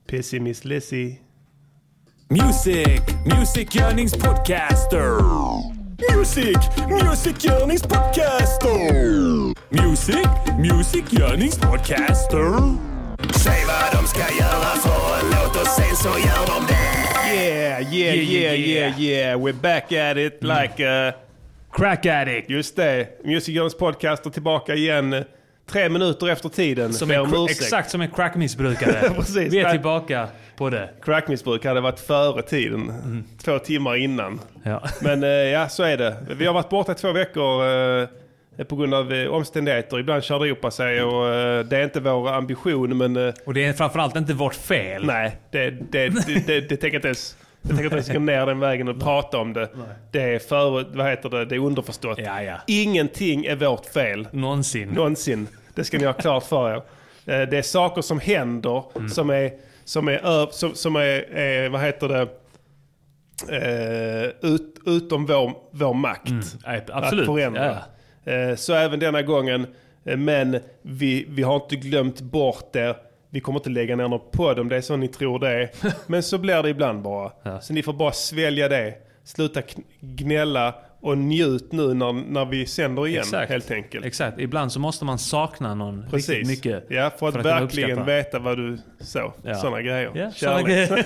Pessimist Lizzy. Musikgörningspodcaster. Musikgörningspodcaster. Säg vad de ska göra för en låt och sen så gör de det. Yeah. We're back at it like a crack addict. Just det. Musikgörningspodcaster tillbaka igen 3 minuter efter tiden. Exakt som en crackmissbrukare. Precis. Vi är tillbaka på det. Crackmissbrukare hade varit före tiden. 2 timmar innan. Ja. Men ja, så är det. Vi har varit borta 2 veckor på grund av omständigheter. Ibland kör det ihop sig och det är inte vår ambition. Men, och det är framförallt inte vårt fel. Nej, det tänker jag inte ens. Jag tänker att vi ska ner den vägen och prata om det. Nej. Det är det är underförstått. Ja. Ingenting är vårt fel. Någonsin. Det ska ni ha klart för er. Det är saker som händer som är utom vår makt. Absolut. Att förändra. Ja. Så även denna gången. Men vi har inte glömt bort det. Vi kommer inte lägga ner något på dem, det är så ni tror det är. Men så blir det ibland bara. Ja. Så ni får bara svälja det. Sluta gnälla och njut nu när vi sänder igen. Exakt. Helt enkelt. Exakt, ibland så måste man sakna någon riktigt mycket. Ja, för att verkligen veta vad du så. Ja. Sådana grejer. Ja, sådana grejer.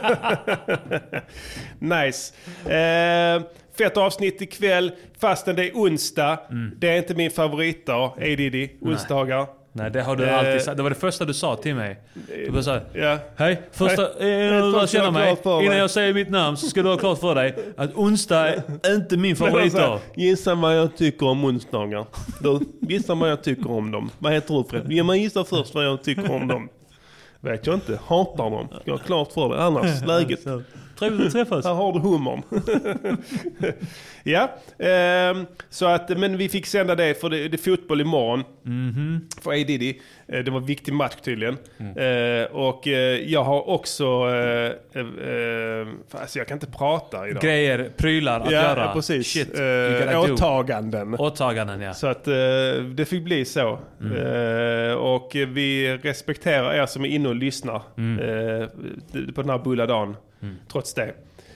Nice. Fett avsnitt ikväll, fastän det är onsdag. Det är inte min favoritdag, Diddy, onsdagar. Nej, det har du alltid sagt. Det var det första du sa till mig. Du bara sa, hej, känna mig. Innan jag säger mitt namn så ska du ha klart för dig att onsdag är inte min favoritdag. Gissa vad jag tycker om onsdagar. Gissa vad jag tycker om dem. Vad heter du, Fred? Ja, man gissar först vad jag tycker om dem. Vet jag inte. Hatar dem. Jag har klart för det. Annars läget. Trevligt att träffas. Här har du hummern. Ja. Så att, men vi fick sända det för det är fotboll imorgon. För Diddy. Det var en viktig match tydligen. Och jag har också alltså jag kan inte prata idag. Grejer, prylar att göra. Ja, precis. Shit, åtaganden, ja. Så att det fick bli så. Och vi respekterar er som är inne och lyssnar på den här bulla dagen. Trots det.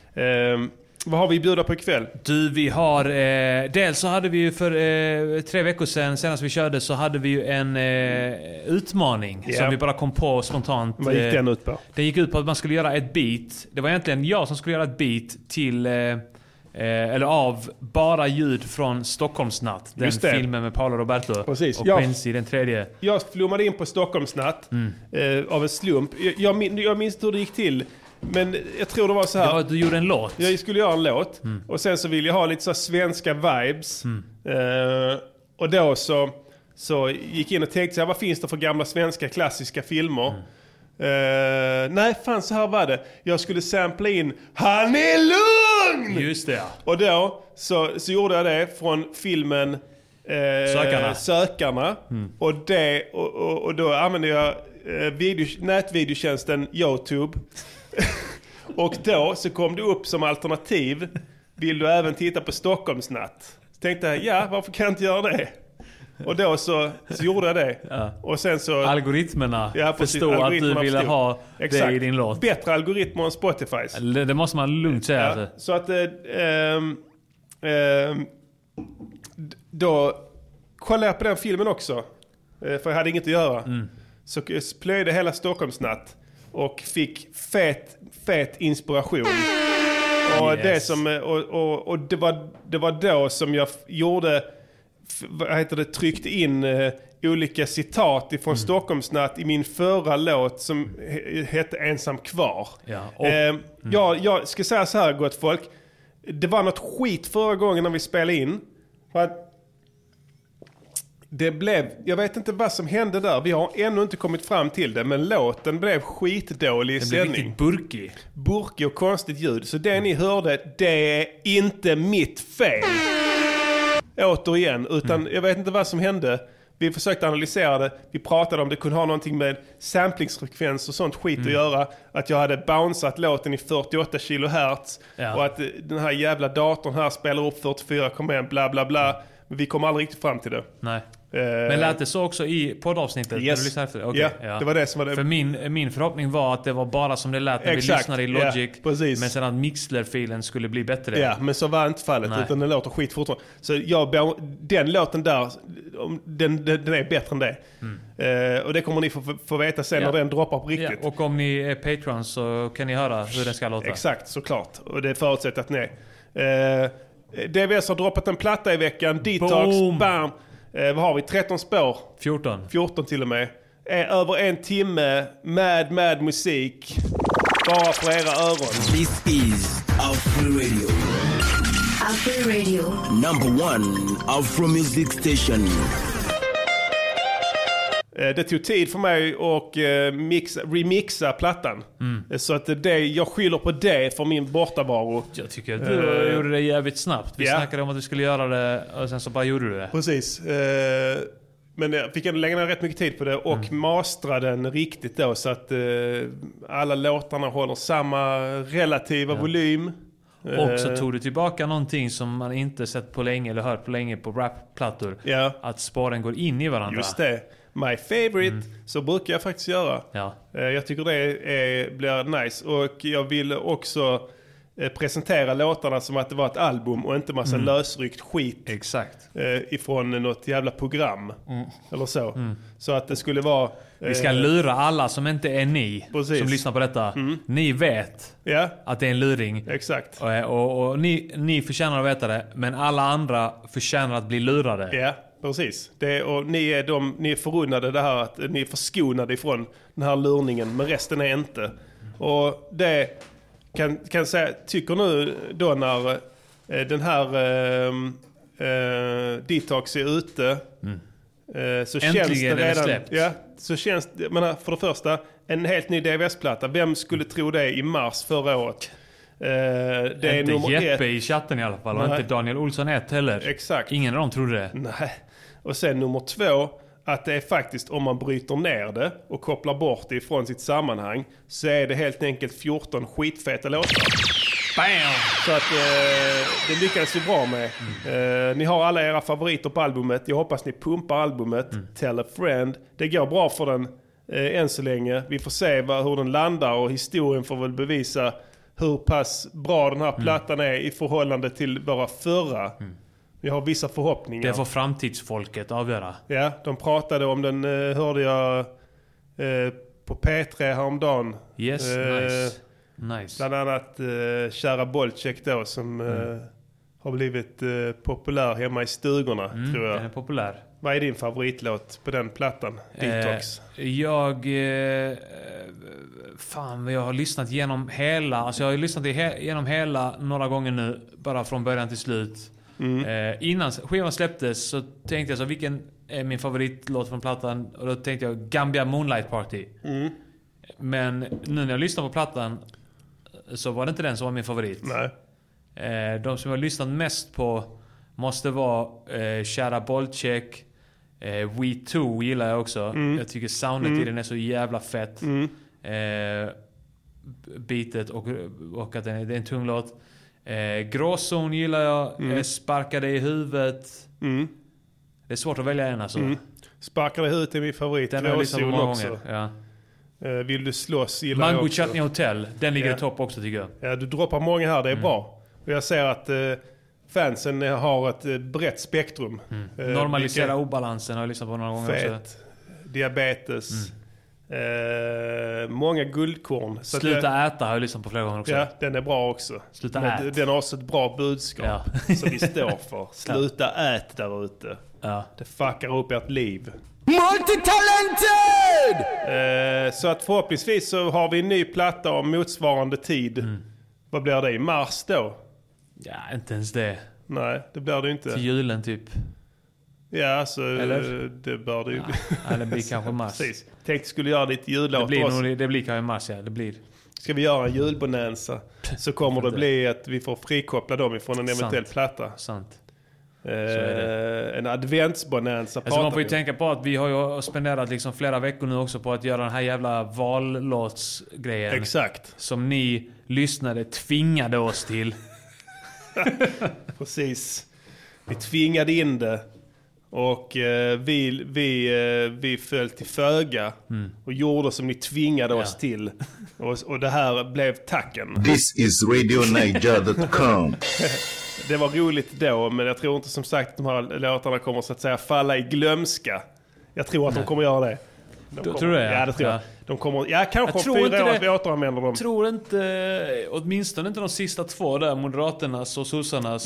Vad har vi bjuda på ikväll? Du, vi har dels så hade vi ju för 3 veckor sedan, senast vi körde, så hade vi ju en utmaning som vi bara kom på spontant. Vad gick den ut på? Den gick ut på att man skulle göra ett beat. Det var egentligen jag som skulle göra ett beat till eller av bara ljud från Stockholmsnatt. Den filmen med Paolo Roberto. Precis. Och Quincy, den tredje. Jag flummade in på Stockholmsnatt av en slump. Jag minns hur det gick till. Men jag tror det var så här. Du gjorde en låt. Jag skulle göra en låt. Och sen så ville jag ha lite så svenska vibes. Och då så gick in och tänkte så här, vad finns det för gamla svenska klassiska filmer? Nej, fan, så här var det. Jag skulle sampla in Han är lugn! Just det. Och då så gjorde jag det från filmen Sökarna. Och då använde jag nätvideotjänsten YouTube. Och då så kom det upp som alternativ, vill du även titta på Stockholmsnatt? Så tänkte jag, varför kan jag inte göra det? Och då så gjorde jag det. Ja. Och sen så algoritmerna förstod att du ville ha det i din låt. Bättre algoritmer än Spotify. Det måste man lugnt säga. Ja, så att då kollade jag på den filmen också. För jag hade inget att göra. Så plöjde hela Stockholmsnatt och fick fet inspiration. Och det var då som jag gjorde, tryckte in olika citat ifrån Stockholmsnatt i min förra låt som hette Ensam kvar. Jag ska säga så här, gott folk. Det var något skit förra gången när vi spelade in. För att jag vet inte vad som hände där. Vi har ännu inte kommit fram till det. Men låten blev skitdålig i sändning. Den blev riktigt burkig och konstigt ljud. Så det ni hörde, det är inte mitt fel. Återigen. Utan jag vet inte vad som hände. Vi försökte analysera det. Vi pratade om det kunde ha någonting med samplingsfrekvens och sånt skit att göra. Att jag hade bounceat låten i 48 kHz. Och att den här jävla datorn här spelar upp 44,1 bla bla bla. Men vi kom aldrig riktigt fram till det. Nej. Men lät det så också i poddavsnittet? Yes. När du okay, det var det som var det. För min förhoppning var att det var bara som det lät när vi lyssnade i Logic. Precis. Men sen att Mixler-filen skulle bli bättre. Ja, men så var inte fallet. Utan den låter skit fortfarande. Så den låten där, den är bättre än det. Och det kommer ni få veta sen när den droppar på riktigt. Ja, och om ni är Patreon så kan ni höra hur den ska låta. Exakt, såklart. Och det förutsätter att ni är. DVS har droppat en platta i veckan. Detox, Boom. bam. Vad har vi? 13 spår. 14 till och med. Över 1 timme. Mad musik. Bara för era öron. This is Afro Radio. Afro Radio. Number 1 Afro Music Station. Det tog tid för mig att remixa plattan. Så att jag skyller på det för min bortavaro. Jag tycker att du gjorde det jävligt snabbt. Vi snackade om att du skulle göra det och sen så bara gjorde du det. Precis. Men jag fick ändå lägga ner rätt mycket tid på det och mastra den riktigt då så att alla låtarna håller samma relativa volym. Och så tog du tillbaka någonting som man inte sett på länge eller hört på länge på rap-plattor. Att spåren går in i varandra. Just det. My favorite. Så brukar jag faktiskt göra. Jag tycker det blir nice. Och jag ville också presentera låtarna som att det var ett album och inte massa lösryckt skit. Exakt. Ifrån något jävla program. Eller så. Så att det skulle vara... Vi ska lura alla som inte är ni som lyssnar på detta. Ni vet att det är en luring. Exakt. Och ni förtjänar att veta det. Men alla andra förtjänar att bli lurade. Ja, precis. Och ni är förunnade det här att ni är förskonade ifrån den här lurningen. Men resten är inte. Och det kan säga, tycker nu då när den här Detox är ute så äntligen känns det redan släppt. så känns det, men för det första en helt ny DVS-platta. Vem skulle tro det i mars förra året? Det är inte nummer Jeppe 1 i chatten i alla fall. Och inte Daniel Olsson 1 heller. Exakt. Ingen av dem trodde det. Nej. Och sen nummer 2, att det är faktiskt, om man bryter ner det och kopplar bort det ifrån sitt sammanhang, så är det helt enkelt 14 skitfeta låtar. Bam! Så att det lyckades vi bra med. Ni har alla era favoriter på albumet. Jag hoppas ni pumpar albumet. Tell a friend. Det går bra för den än så länge. Vi får se hur den landar och historien får väl bevisa hur pass bra den här plattan är i förhållande till våra förra. Vi har vissa förhoppningar. Det får framtidsfolket avgöra. Ja, de pratade om den, hörde jag på P3 häromdagen. Yes, nice. Bland annat Kära Bolcek då som har blivit populär hemma i stugorna, tror jag. Den är populär. Vad är din favoritlåt på den plattan? Detox? Jag har lyssnat genom hela. Alltså jag har lyssnat genom hela några gånger nu. Bara från början till slut. Innan skivan släpptes så tänkte jag så, vilken är min favoritlåt från plattan? Och då tänkte jag Gambia Moonlight Party. Men nu när jag lyssnar på plattan så var det inte den som var min favorit. Nej. De som jag har lyssnat mest på måste vara Kära Bolcek, We Too gillar jag också. Jag tycker soundet i den är så jävla fett. Beatet och att det är en tung låt. Gråzon gillar jag. Sparkade i huvudet. Det är svårt att välja en alltså. Sparkade i huvudet är min favorit. Den har jag lyssnat på många gånger. Ja. Vill du slåss gillar Mango jag också. Chutney Hotel. Den ligger i topp också tycker jag. Ja, du droppar många här. Det är bra. Och jag ser att fansen har ett brett spektrum. Normalisera obalansen har jag lyssnat på några gånger också. Diabetes. Många guldkorn. Så Sluta äta har jag lyssnat på flera gånger också. Ja, den är bra också. Sluta ät. Den har också ett bra budskap som vi står för. Sluta ät där ute. Det fuckar upp ert liv. Multitalented! Så att förhoppningsvis så har vi en ny platta om motsvarande tid. Vad blir det? I mars då? Ja, inte ens det. Nej, det blir det inte. Till julen typ. Ja, alltså eller? Det bör det ju bli. Ja, det blir kanske mars. Precis. Tänkte skulle göra lite jullåt. Det blir kanske mars, ja. Det blir. Ska vi göra en julbonanza så kommer det bli att vi får frikoppla dem ifrån en eventuell platta. Sant. En adventsbonanza. Alltså man får ju tänka på att vi har ju spenderat liksom flera veckor nu också på att göra den här jävla vallåtsgrejen. Exakt. Som ni lyssnare tvingade oss till. Precis. Vi tvingade in det. Och vi föll till föga och gjorde som ni tvingade oss till. Och det här blev tacken. This is RadioNiger.com. Det var roligt då, men jag tror inte som sagt att de här låtarna kommer så att säga falla i glömska. Jag tror att de kommer göra det. Tror du det? Ja, det tror jag. De kommer, kanske om 4 år att vi återanvänder dem. Jag tror inte, åtminstone inte de sista 2 där, Moderaternas och Sossarnas.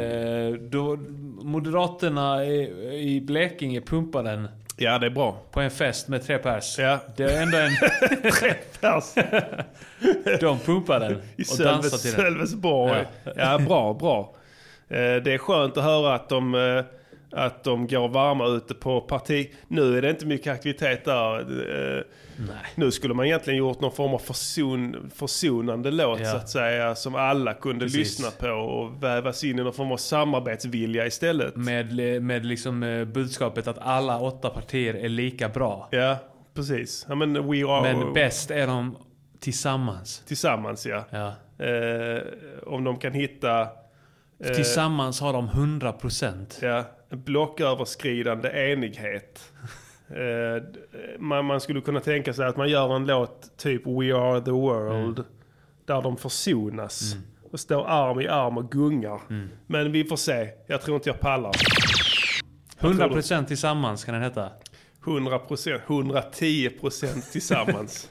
Moderaterna i Blekinge pumpar den. Ja, det är bra. På en fest med 3 pers. Ja. Det är ändå en... 3 pers. De pumpar den och dansar till den. Sölvesborg. Ja, bra. Det är skönt att höra att de går varma ute på parti. Nu är det inte mycket aktivitet där. Nu skulle man egentligen gjort någon form av försonande låt så att säga, som alla kunde lyssna på och vävas in i någon form av samarbetsvilja istället. Med liksom budskapet att alla 8 partier är lika bra. Ja, precis. Ja, men bäst är de tillsammans. Tillsammans, ja. Om de kan hitta... Tillsammans har de 100%. Ja, en blocköverskridande enighet. Man skulle kunna tänka sig att man gör en låt typ We Are The World där de försonas och står arm i arm och gungar. Men vi får se. Jag tror inte jag pallar. 100% tillsammans kan den heta. 100%, 110% tillsammans.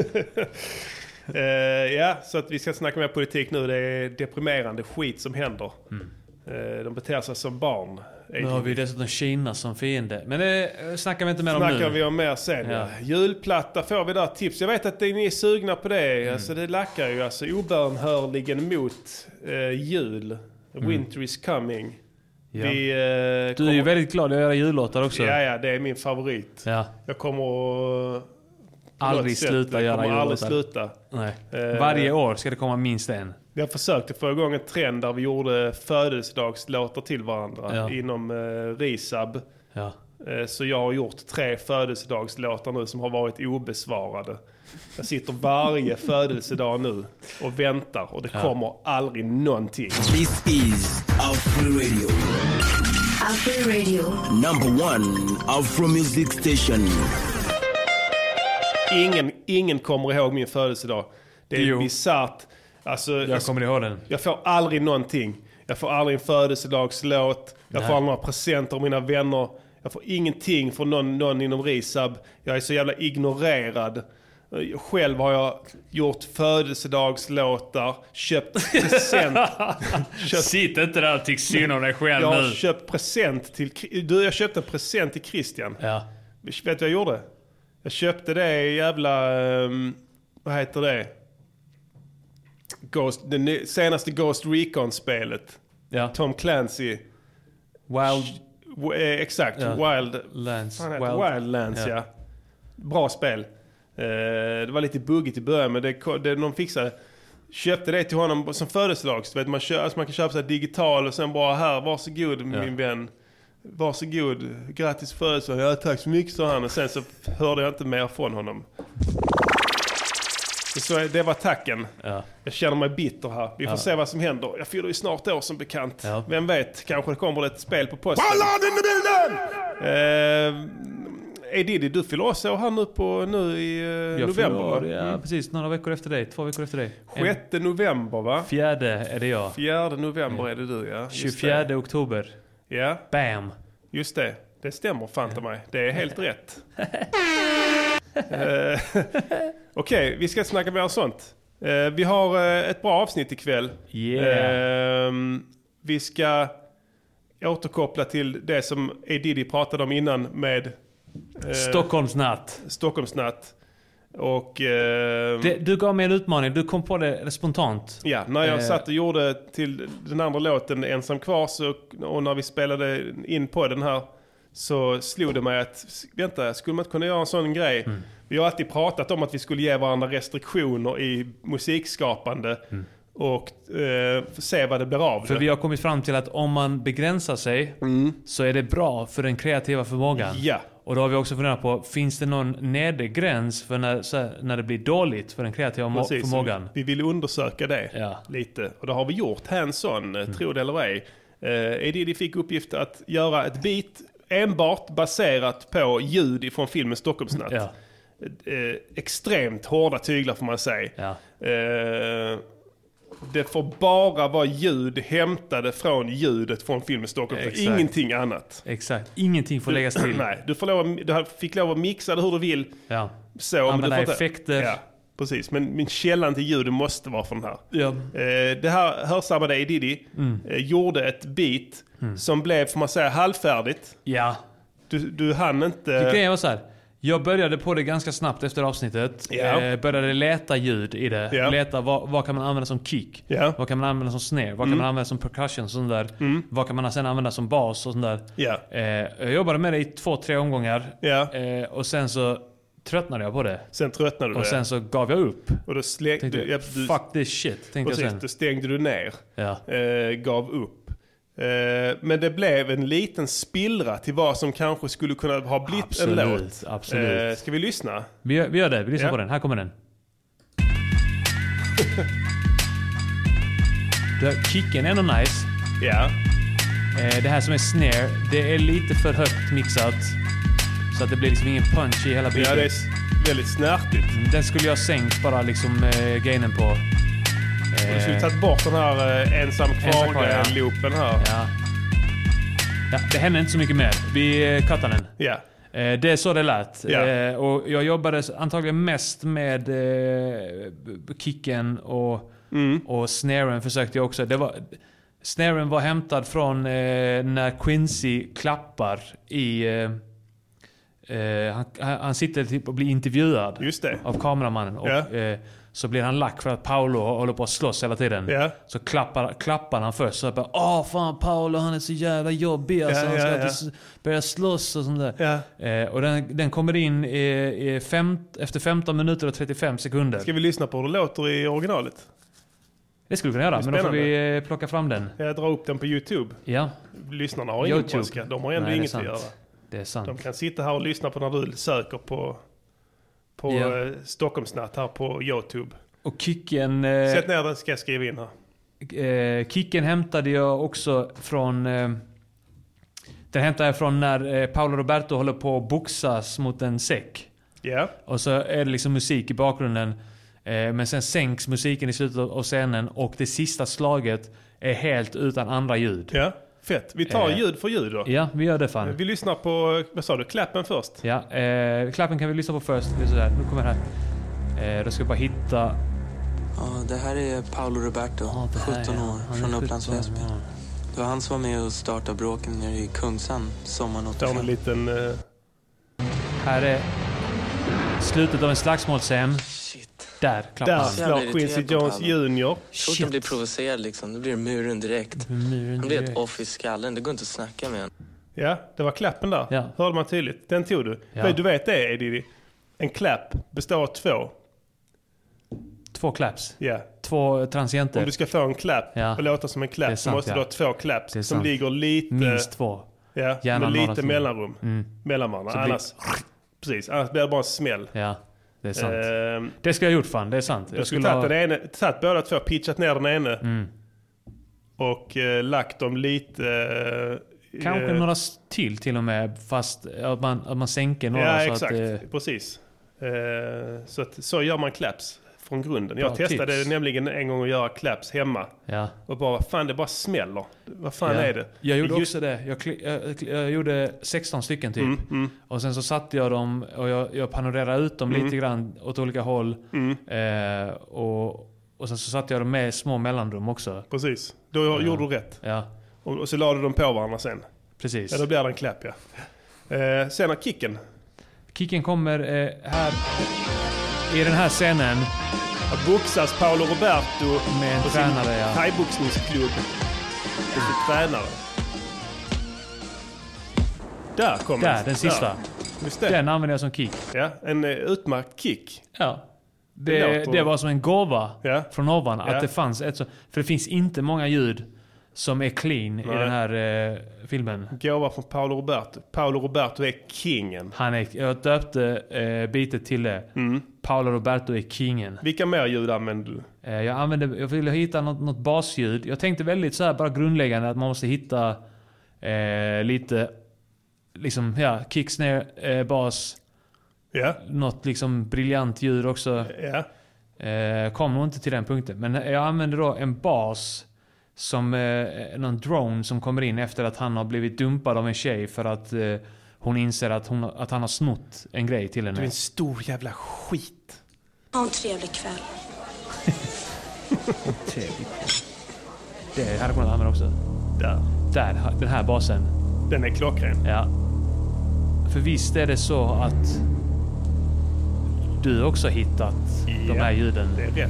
Så att vi ska snacka mer politik nu. Det är deprimerande skit som händer. De beter sig som barn. Nu har vi dessutom Kina som fiende. Men det snackar vi inte mer om nu. Snackar vi om mer sen. Ja. Julplatta får vi där tips. Jag vet att ni är sugna på det. Alltså, det lackar ju obönhörligen mot jul. Winter is coming. Ja. Du är ju väldigt glad att göra jullåtar också. Ja, det är min favorit. Ja. Jag kommer aldrig sluta göra jullåtar. Aldrig sluta. Nej. Varje år ska det komma minst en. Jag försökte få igång en trend där vi gjorde födelsedagslåtar till varandra inom Risab. Ja. Så jag har gjort 3 födelsedagslåtar nu som har varit obesvarade. Jag sitter varje födelsedag nu och väntar och det kommer aldrig någonting. This is Afro Radio. Afro Radio. #1 Afro Music Station. Ingen kommer ihåg min födelsedag. Det är bisarrt. Alltså, jag kommer ihåg den. Jag får aldrig någonting. Jag får aldrig en födelsedagslåt. Jag får aldrig några presenter av mina vänner. Jag får ingenting från någon inom Risab. Jag är så jävla ignorerad. Själv har jag gjort födelsedagslåtar, köpt present. Sitt inte där och tyck synd om dig själv jag nu. Jag har köpt present till... jag köpte en present till Christian. Ja. Vet du vad jag gjorde? Jag köpte det jävla... vad heter det? Det senaste Ghost Recon-spelet. Ja. Tom Clancy. Exakt. Wildlands. Wildlands, ja. Bra spel. Det var lite buggigt i början, men det någon fixade. Köpte det till honom som födelsedags. Man kan köpa så här digital och sen bara här, varsågod min vän. Varsågod, grattis födelsedag. Ja, tack så mycket, sa han. Och sen så hörde jag inte mer från honom. Så det var tacken. Ja. Jag känner mig bitter här. Vi får se vad som händer. Jag fyller ju snart år som bekant. Ja. Vem vet, kanske det kommer ett spel på posten. Diddy, du fyller också här nu i november. Ja, precis. Några veckor efter dig. 2 veckor efter dig. 6 november, va? 4 är det jag. 4 november är det du, ja. 24 oktober. Ja. Bam. Just det. Det stämmer fan till mig. Det är helt rätt. Okej, vi ska snacka mer om sånt. Vi har ett bra avsnitt ikväll. Yeah. Vi ska återkoppla till det som Diddy pratade om innan med Stockholmsnatt. Och du gav mig en utmaning. Du kom på det spontant. Ja, när jag satt och gjorde till den andra låten Ensam kvar och när vi spelade in på den här så slog det mig att vänta, skulle man inte kunna göra en sån grej? Vi har alltid pratat om att vi skulle ge varandra restriktioner i musikskapande och se vad det blir av det. För vi har kommit fram till att om man begränsar sig så är det bra för den kreativa förmågan. Ja. Och då har vi också funderat på, finns det någon nedergräns för när det blir dåligt för den kreativa förmågan? Vi vill undersöka det lite. Och det har vi gjort hands-on, tro det eller ej. Diddy fick uppgift att göra ett beat enbart baserat på ljud ifrån filmen Stockholmsnatt. Ja. Extremt hårda tyglar får man säga. Ja. Det får bara vara ljud hämtade från ljudet från filmen Stockholmsnatt. Exakt. Ingenting annat. Exakt. Ingenting får läggas till. Nej, du fick lov att mixa det hur du vill. Ja. Så, Använda effekter. Ja, precis. Men min källan till ljudet måste vara från den här. Ja. Det här hörsammade A. Diddy gjorde ett beat som blev, får man säga, halvfärdigt. Ja. Du hann inte... Grejen var så här. Jag började på det ganska snabbt efter avsnittet. Ja. Började leta ljud i det. Ja. Leta vad kan man använda som kick? Ja. Vad kan man använda som snare? Vad kan man använda som percussion? Och sånt där. Vad kan man sen använda som bas och sånt där. Ja. Jag jobbade med det i 2-3 omgångar. Ja. Och sen så tröttnade jag på det. Sen tröttnade du Och sen så gav jag upp. Och då Tänkte, fuck this shit, tänkte precis, jag sen. då stängde du ner. Ja. Gav upp. Men det blev en liten spillra till vad som kanske skulle kunna ha blivit en låt. Absolut. Ska vi lyssna? Vi gör det, vi lyssnar på den. Här kommer den. Kicken är ändå nice. Ja. Det här som är snare, det är lite för högt mixat. Så att det blir liksom ingen punch i hela beatet. Ja, det är väldigt snärtigt. Den skulle jag sänkt bara liksom gainen på. Du skulle tagit bort den här ensam kvar-loopen här. Ja. Det händer inte så mycket mer. Vi cuttar den. Ja. Det är så det lät. Ja. Och jag jobbade antagligen mest med kicken och snaren försökte jag också. Snaren var hämtad från när Quincy klappar i... han sitter typ och blir intervjuad. Just det. Av kameramannen. Och, Ja. så blir han lack för att Paolo håller på att slåss hela tiden. Ja. Så klappar han först. Så bara, fan Paolo, han är så jävla jobbig. Alltså, han ska inte börja slåss och sånt där. Ja. Och den kommer in efter 15 minuter och 35 sekunder. Ska vi lyssna på hur det låter i originalet? Det skulle vi kunna göra, men då får vi plocka fram den. Jag drar upp den på YouTube. Ja. Lyssnarna har ingen polska. De har ändå inget att göra. Det är sant. De kan sitta här och lyssna på när du söker på Stockholmsnatt här på YouTube. Och kicken... Sätt ner den, ska jag skriva in här. Kicken hämtade jag också från... den hämtade jag från när Paolo Roberto håller på att boxas mot en säck. Ja. Och så är det liksom musik i bakgrunden. Men sen sänks musiken i slutet av scenen. Och det sista slaget är helt utan andra ljud. Ja, fett. Vi tar ljud för ljud då. Ja, vi gör det fan. Vi lyssnar på, vad sa du, klappen först? Ja, klappen kan vi lyssna på först. Det är sådär. Nu kommer det här. Då ska jag bara hitta... Ja, det här är Paolo Roberto, 17 år, från Upplands Väsby. Det var han som var med och startade bråken nere i Kungsan sommaren 85. En liten... Här är slutet av en slagsmålsscen. Shit. Där klappar Där han. slår Quincy Jones Jr. Så han blir provocerad liksom, då blir det muren direkt. Han blir ett off i skallen, det går inte att snacka med honom. Ja, det var klappen där. Ja. Hörde man tydligt. Den tog du. Ja. Du vet det, Eddie. En klapp består av 2. 2 claps. Ja. 2 transienter. Om du ska få en klapp och låta som en klapp så måste du ha 2 claps som ligger lite... Minst 2. Ja, gärna med lite mellanrum. Mellan varandra. Annars blir det bara en smäll. Ja, det är sant. Det skulle jag gjort fan, det är sant. Jag skulle tagit båda 2, pitchat ner den ene. Och lagt dem lite... Kanske några till och med, fast att man sänker några. Ja, så exakt. att, precis. Så gör man claps från grunden. Jag testade nämligen en gång att göra claps hemma. Ja. Och bara, fan det bara smäller. Vad fan är det? Jag gjorde också det. Jag gjorde 16 stycken typ. Och sen så satte jag dem och jag panorerade ut dem lite grann åt olika håll. Och sen så satte jag dem med små mellanrum också. Precis. Då gjorde du rätt. Ja. Och så la du dem på varandra sen. Precis. Ja, då blir det en clap, ja. Sen har kicken. Kicken kommer här i den här scenen. Att boxas Paolo Roberto med en på tränare, sin thaiboxningsklubb. Och sin tränare. Där kommer den. Den sista. Ja. Just det. Den använder jag som kick. Ja, en utmärkt kick. Ja. Det var som en gåva från ovan. Att det fanns ett så. För det finns inte många ljud som är clean i den här filmen. Gåva från Paolo Roberto. Paolo Roberto är kingen. Jag döpte bitet till det. Paolo Roberto är kingen. Vilka mer ljud använder du? Jag ville hitta något basljud. Jag tänkte väldigt så här bara grundläggande att man måste hitta lite liksom, kick, snare, bas. Ja. Något liksom briljant ljud också. Ja. Kom nog inte till den punkten. Men jag använder då en bas som någon drone som kommer in efter att han har blivit dumpad av en tjej för att hon inser att han har snott en grej till henne. Du är en stor jävla skit. Ha en trevlig kväll. Det hade kunnat använda också. Där, den här basen. Den är klockren. Ja. För visst är det så att du också hittat de här ljuden. Det är rätt.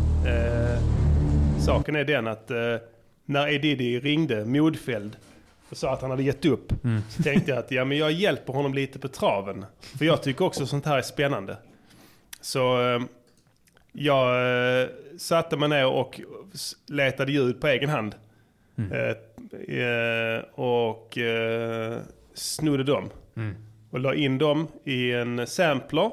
Saken är den att när Edidi ringde Modfeld och sa att han hade gett upp, så tänkte jag att jag hjälper honom lite på traven. För jag tycker också sånt här är spännande. Så jag satte mig ner och letade ljud på egen hand. Och snodde dem. Och la in dem i en sampler.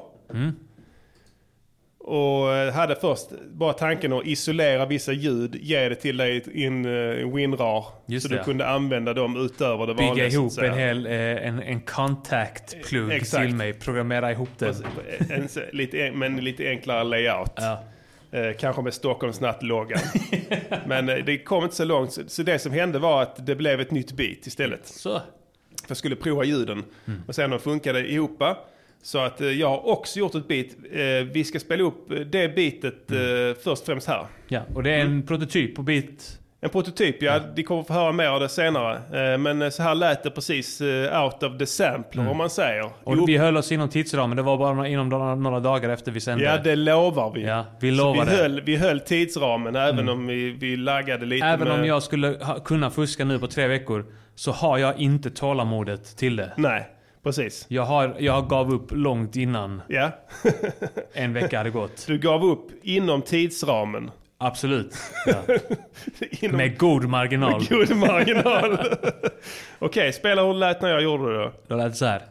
Och hade först bara tanken att isolera vissa ljud, ge det till dig i en WinRAR. Så du kunde använda dem utöver det vanliga. Bygga ihop en contact-plugg till mig, programmera ihop det. Men lite enklare layout. Ja. Kanske med Stockholmsnatt-loggan. Men det kom inte så långt. Så det som hände var att det blev ett nytt beat istället. Så. För jag skulle prova ljuden. Och sen funkade det ihop. Så att jag har också gjort ett beat. Vi ska spela upp det beatet först främst här. Ja, och det är en prototyp på beat. En prototyp, ja. De kommer få höra mer av det senare. Men så här lät det precis out of the sampler, om man säger. Och vi höll oss inom tidsramen. Det var bara inom några dagar efter vi sände. Ja, det lovar vi. Ja, vi lovar vi höll tidsramen, även om vi laggade lite. Även om jag skulle kunna fuska nu på 3 veckor, så har jag inte tålamodet till det. Nej. Precis. Jag gav upp långt innan en vecka hade gått. Du gav upp inom tidsramen. Absolut. Ja. Med god marginal. Med god marginal. Okej, spela hur det lät när jag gjorde det då. Då lät det så här.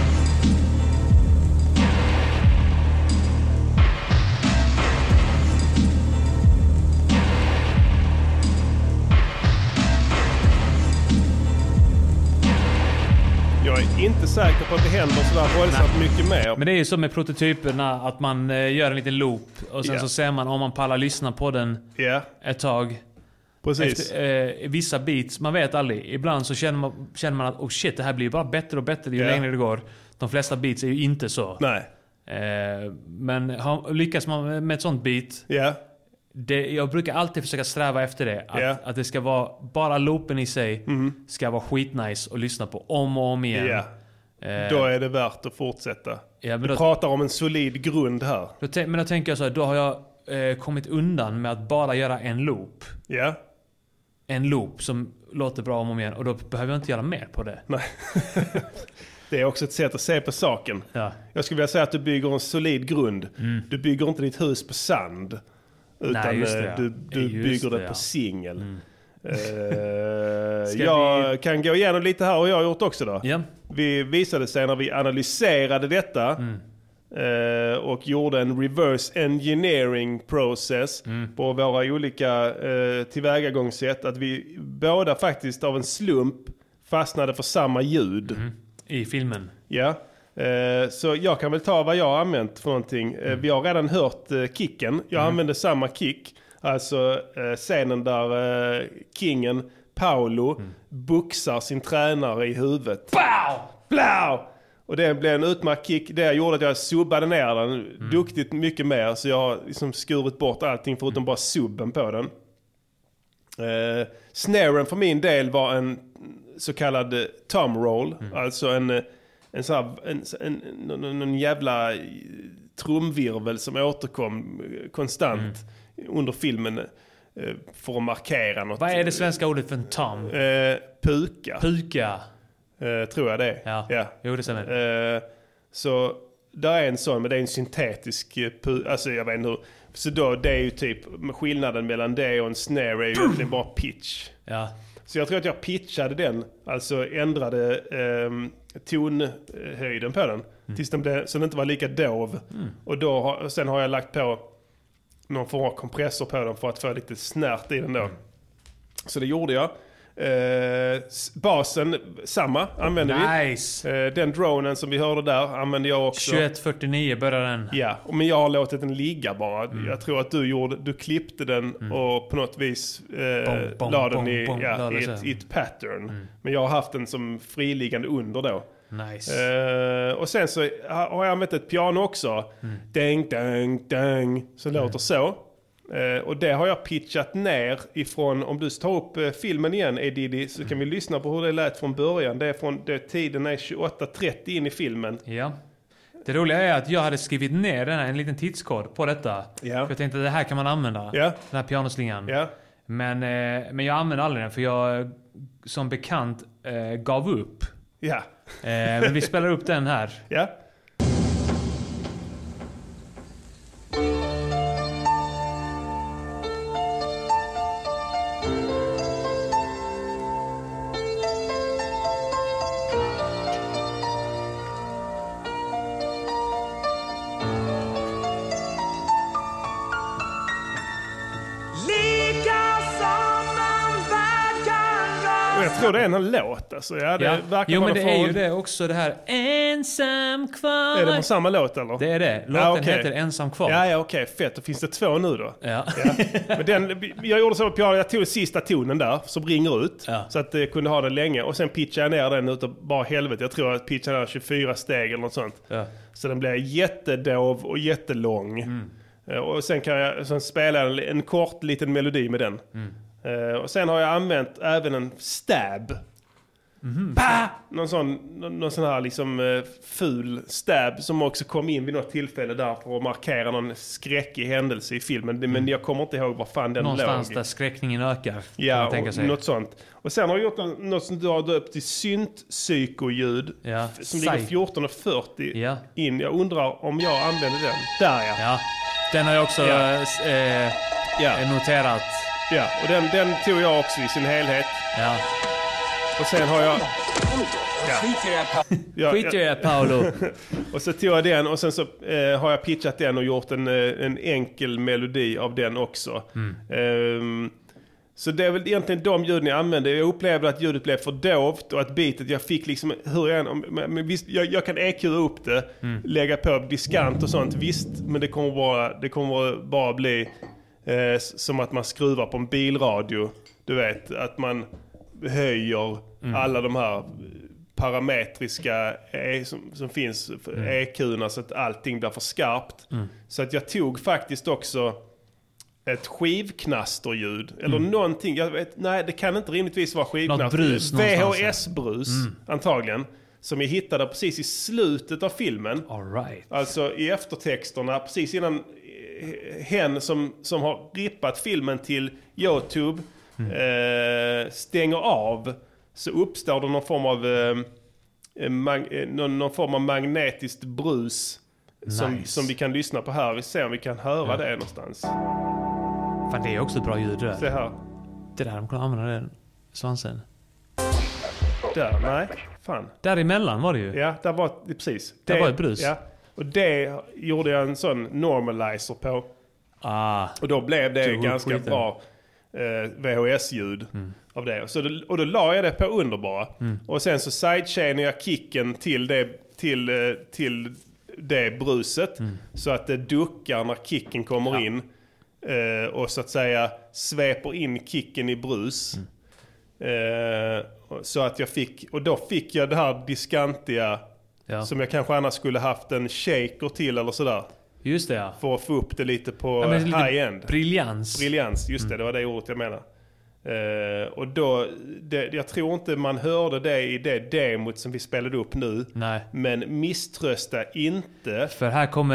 Jag är inte säker på att det händer sådär våldsamt mycket mer. Men det är ju som med prototyperna, att man gör en liten loop och sen så ser man om man pallar lyssna på den ett tag. Precis. Efter, vissa beats, man vet aldrig. Ibland så känner man att shit, det här blir bara bättre och bättre ju längre det går. De flesta beats är ju inte så. Nej. Men lyckas man med ett sånt beat, jag brukar alltid försöka sträva efter det. Att det ska vara, bara loopen i sig ska vara skitnice att lyssna på om och om igen. Då är det värt att fortsätta. Vi pratar om en solid grund här. Men då tänker jag så här, då har jag kommit undan med att bara göra en loop. En loop som låter bra om och om igen. Och då behöver jag inte göra mer på det. Nej. Det är också ett sätt att se på saken. Jag skulle vilja säga att du bygger en solid grund. Du bygger inte ditt hus på sand. Utan du bygger det på singel. Jag kan gå igenom lite här och jag har gjort också då. Vi visade sig när vi analyserade detta och gjorde en reverse engineering process på våra olika tillvägagångssätt, att vi båda faktiskt av en slump fastnade för samma ljud i filmen. Så jag kan väl ta vad jag har använt för någonting. Vi har redan hört kicken. Jag använde samma kick. Alltså scenen där kingen Paolo boxar sin tränare i huvudet. Blau! Blau! Och det blev en utmärkt kick. Det gjorde att jag subbade ner den duktigt mycket mer. Så jag har liksom skurit bort allting förutom bara subben på den. Snaren för min del var en så kallad tom roll. Alltså en jävla trumvirvel som återkom konstant under filmen för att markera något. Vad är det svenska ordet för en tom? Puka. Puka. Tror jag det. Jo, det stämmer. Så där är en sån, men det är en syntetisk alltså jag vet inte hur. Så då, det är ju typ skillnaden mellan det och en snare är ju egentligen bara pitch. Så jag tror att jag pitchade den, alltså ändrade tonhöjden på den tills den blev, så den inte var lika dov. Och sen har jag lagt på någon form av kompressor på den för att få lite snärt i den då. Så det gjorde jag. Basen, samma, använder Nice. vi. Den dronen som vi hörde där använde jag också. 2149 börjar den. Ja, men jag har låtit den ligga bara. Jag tror att du klippte den och på något vis la den i ett pattern. Men jag har haft den som friliggande under då. Nice. Och sen så har jag använt ett piano också. Ding, ding, ding. Så låter så. Och det har jag pitchat ner ifrån, om du tar upp filmen igen, Diddy, så kan vi lyssna på hur det lät från början. Det är från tiden är 28:30 in i filmen. Ja. Det roliga är att jag hade skrivit ner en liten tidskod på detta. För jag tänkte att det här kan man använda. Den här pianoslingan. Men jag använde aldrig den, för jag som bekant gav upp. Men vi spelar upp den här. Jag tror det är en låt alltså. Jo, men det är ju det också, det här ensam kvar. Är det på samma låt eller? Det är det. Låten heter Ensam kvar. Ja, okej. Fett. Då finns det 2 nu då. Men jag gjorde så på piano. Jag tog sista tonen där som ringer ut. Så att jag kunde ha den länge. Och sen pitchade jag ner den utav bara helvete. Jag tror jag pitchade den 24 steg eller något sånt. Så den blev jättedov och jättelång. Och sen spela en kort liten melodi med den. Och sen har jag använt även en stab. Någon sån här liksom ful stab som också kom in vid något tillfälle där för att markera någon skräckig händelse i filmen. Men jag kommer inte ihåg vad fan den låg. Någonstans där skräckningen ökar. Ja, och något sånt. Och sen har jag gjort något som du har döpt till synt-psykoljud. Som ligger 14:40 in. Jag undrar om jag använder den. Där ja. Den har jag också noterat. Ja, och den tog jag också i sin helhet. Och sen har jag... Skit i det, Paolo. Och så tog jag den och sen så har jag pitchat den och gjort en enkel melodi av den också. Så det är väl egentligen de ljuden jag använde. Jag upplevde att ljudet blev för dovt och att beatet jag fick liksom... Jag kan EQ upp det, lägga på diskant och sånt, visst. Men det kommer bara bli... som att man skruvar på en bilradio. Du vet, att man höjer alla de här parametriska som finns EQ:na så att allting blir för skarpt. Så att jag tog faktiskt också ett skivknasterljud eller någonting. Jag vet, nej, det kan inte rimligtvis vara skivknaster. VHS-brus antagligen. Som jag hittade precis i slutet av filmen. Alltså i eftertexterna, precis innan hen som har rippat filmen till YouTube stänger av, så uppstår det någon form av magnetiskt brus som vi kan lyssna på här. Vi ser om vi kan höra det någonstans. Fan, det är också ett bra ljud där. Se här. Det där de kan använda den svansen. Där, nej. Fan. Däremellan var det ju. Ja, där var det precis. Det var ett brus. Ja. Och det gjorde jag en sån normalizer på. Och då blev det ganska bra VHS-ljud av det. Och då la jag det på underbara. Och sen så sidechainade jag kicken till det bruset. Så att det duckar när kicken kommer in. Och så att säga sveper in kicken i brus. Så att då fick jag det här diskantiga som jag kanske annars skulle haft en shaker till eller sådär. Just det, ja. För att få upp det lite på high-end. Briljans. Just det var det ordet jag menar. Och då, jag tror inte man hörde det i det demot som vi spelade upp nu. Nej. Men misströsta inte. För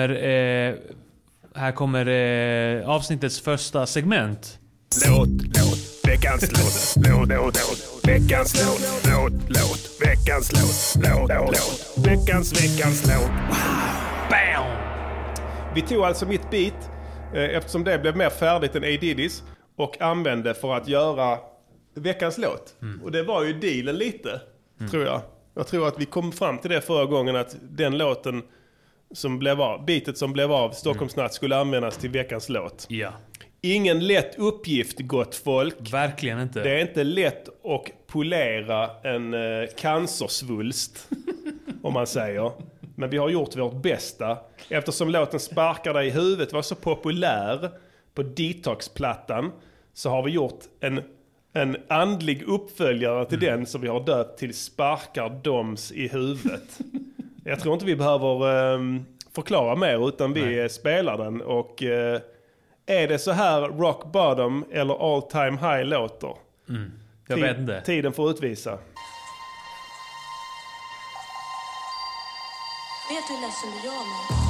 här kommer avsnittets första segment. Låt, veckans låt, veckans låt, veckans låt, veckans låt. Bam! Vi tog alltså mitt beat, eftersom det blev mer färdigt än A. Diddys, och använde för att göra veckans låt. Och det var ju dealen lite, tror jag. Jag tror att vi kom fram till det förra gången, att den låten som blev av, beatet som blev av Stockholmsnatt, skulle användas till veckans låt. Ja. ingen lätt uppgift, gott folk. Verkligen inte. Det är inte lätt att polera en cancersvulst, om man säger. Men vi har gjort vårt bästa. Eftersom låten Sparkar dig i huvudet var så populär på Detox-plattan, så har vi gjort en andlig uppföljare till den som vi har döpt till Sparkar doms i huvudet. Jag tror inte vi behöver förklara mer, utan vi spelar den. Och är det så här rock bottom eller all time high låter? Jag vet inte. Tiden får utvisa. Vet du hur ledsen du gör mig?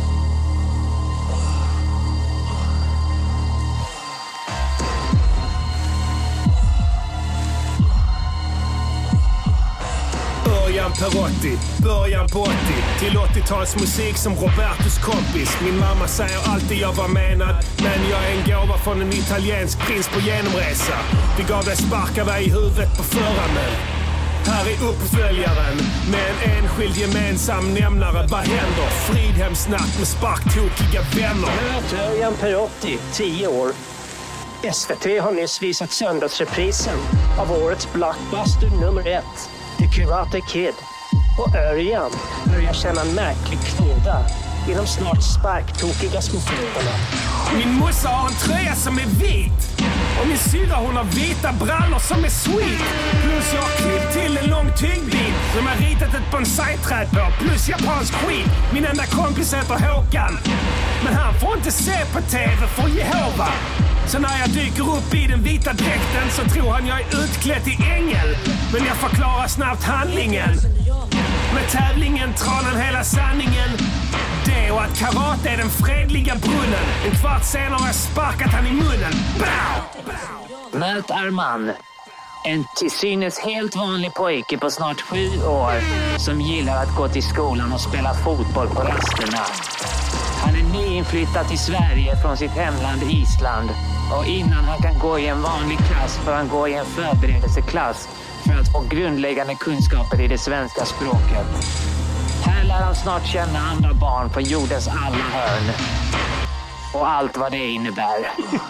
Början på 80 till 80-talsmusik som Robertos kompis. Min mamma säger alltid jag var menad, men jag är en gåva från en italiensk prins på genomresa. Vi gav dig sparkar dig i huvudet på förhanden. Här är uppföljaren med en enskild gemensam nämnare. Vad händer? Fridhemsnatt med sparktokiga vänner. Örjan Perotti, 10 år. SVT har nyss visat söndagsreprisen av årets blockbuster nummer 1. The Karate Kid. Och Örjan börjar känna en märklig knåda i de snart sparktokiga små fötterna. Min morsa har en tröja som är vit. Och min syra hon har vita brallor som är sweet. Plus jag har klippt till en lång tygbit som jag ritat ett bonsai-träd på. Plus japansk skit. Min enda kompis heter Håkan. Men han får inte se på TV för Jehova. Så när jag dyker upp i den vita dräkten så tror han jag är utklädd till ängel. Men jag förklarar snabbt handlingen. Med tävlingen tranan hela sanningen. Det och att karate är den fredliga brunnen. En kvart senare har jag sparkat han i munnen. Bow! Möt Arman. En till synes helt vanlig pojke på snart 7 år som gillar att gå till skolan och spela fotboll på rasterna. Han är nyinflyttad till Sverige från sitt hemland Island. Och innan han kan gå i en vanlig klass får han gå i en förberedelseklass för att få grundläggande kunskaper i det svenska språket. Här lär han snart känna andra barn på jordens alla hörn. Och allt vad det innebär.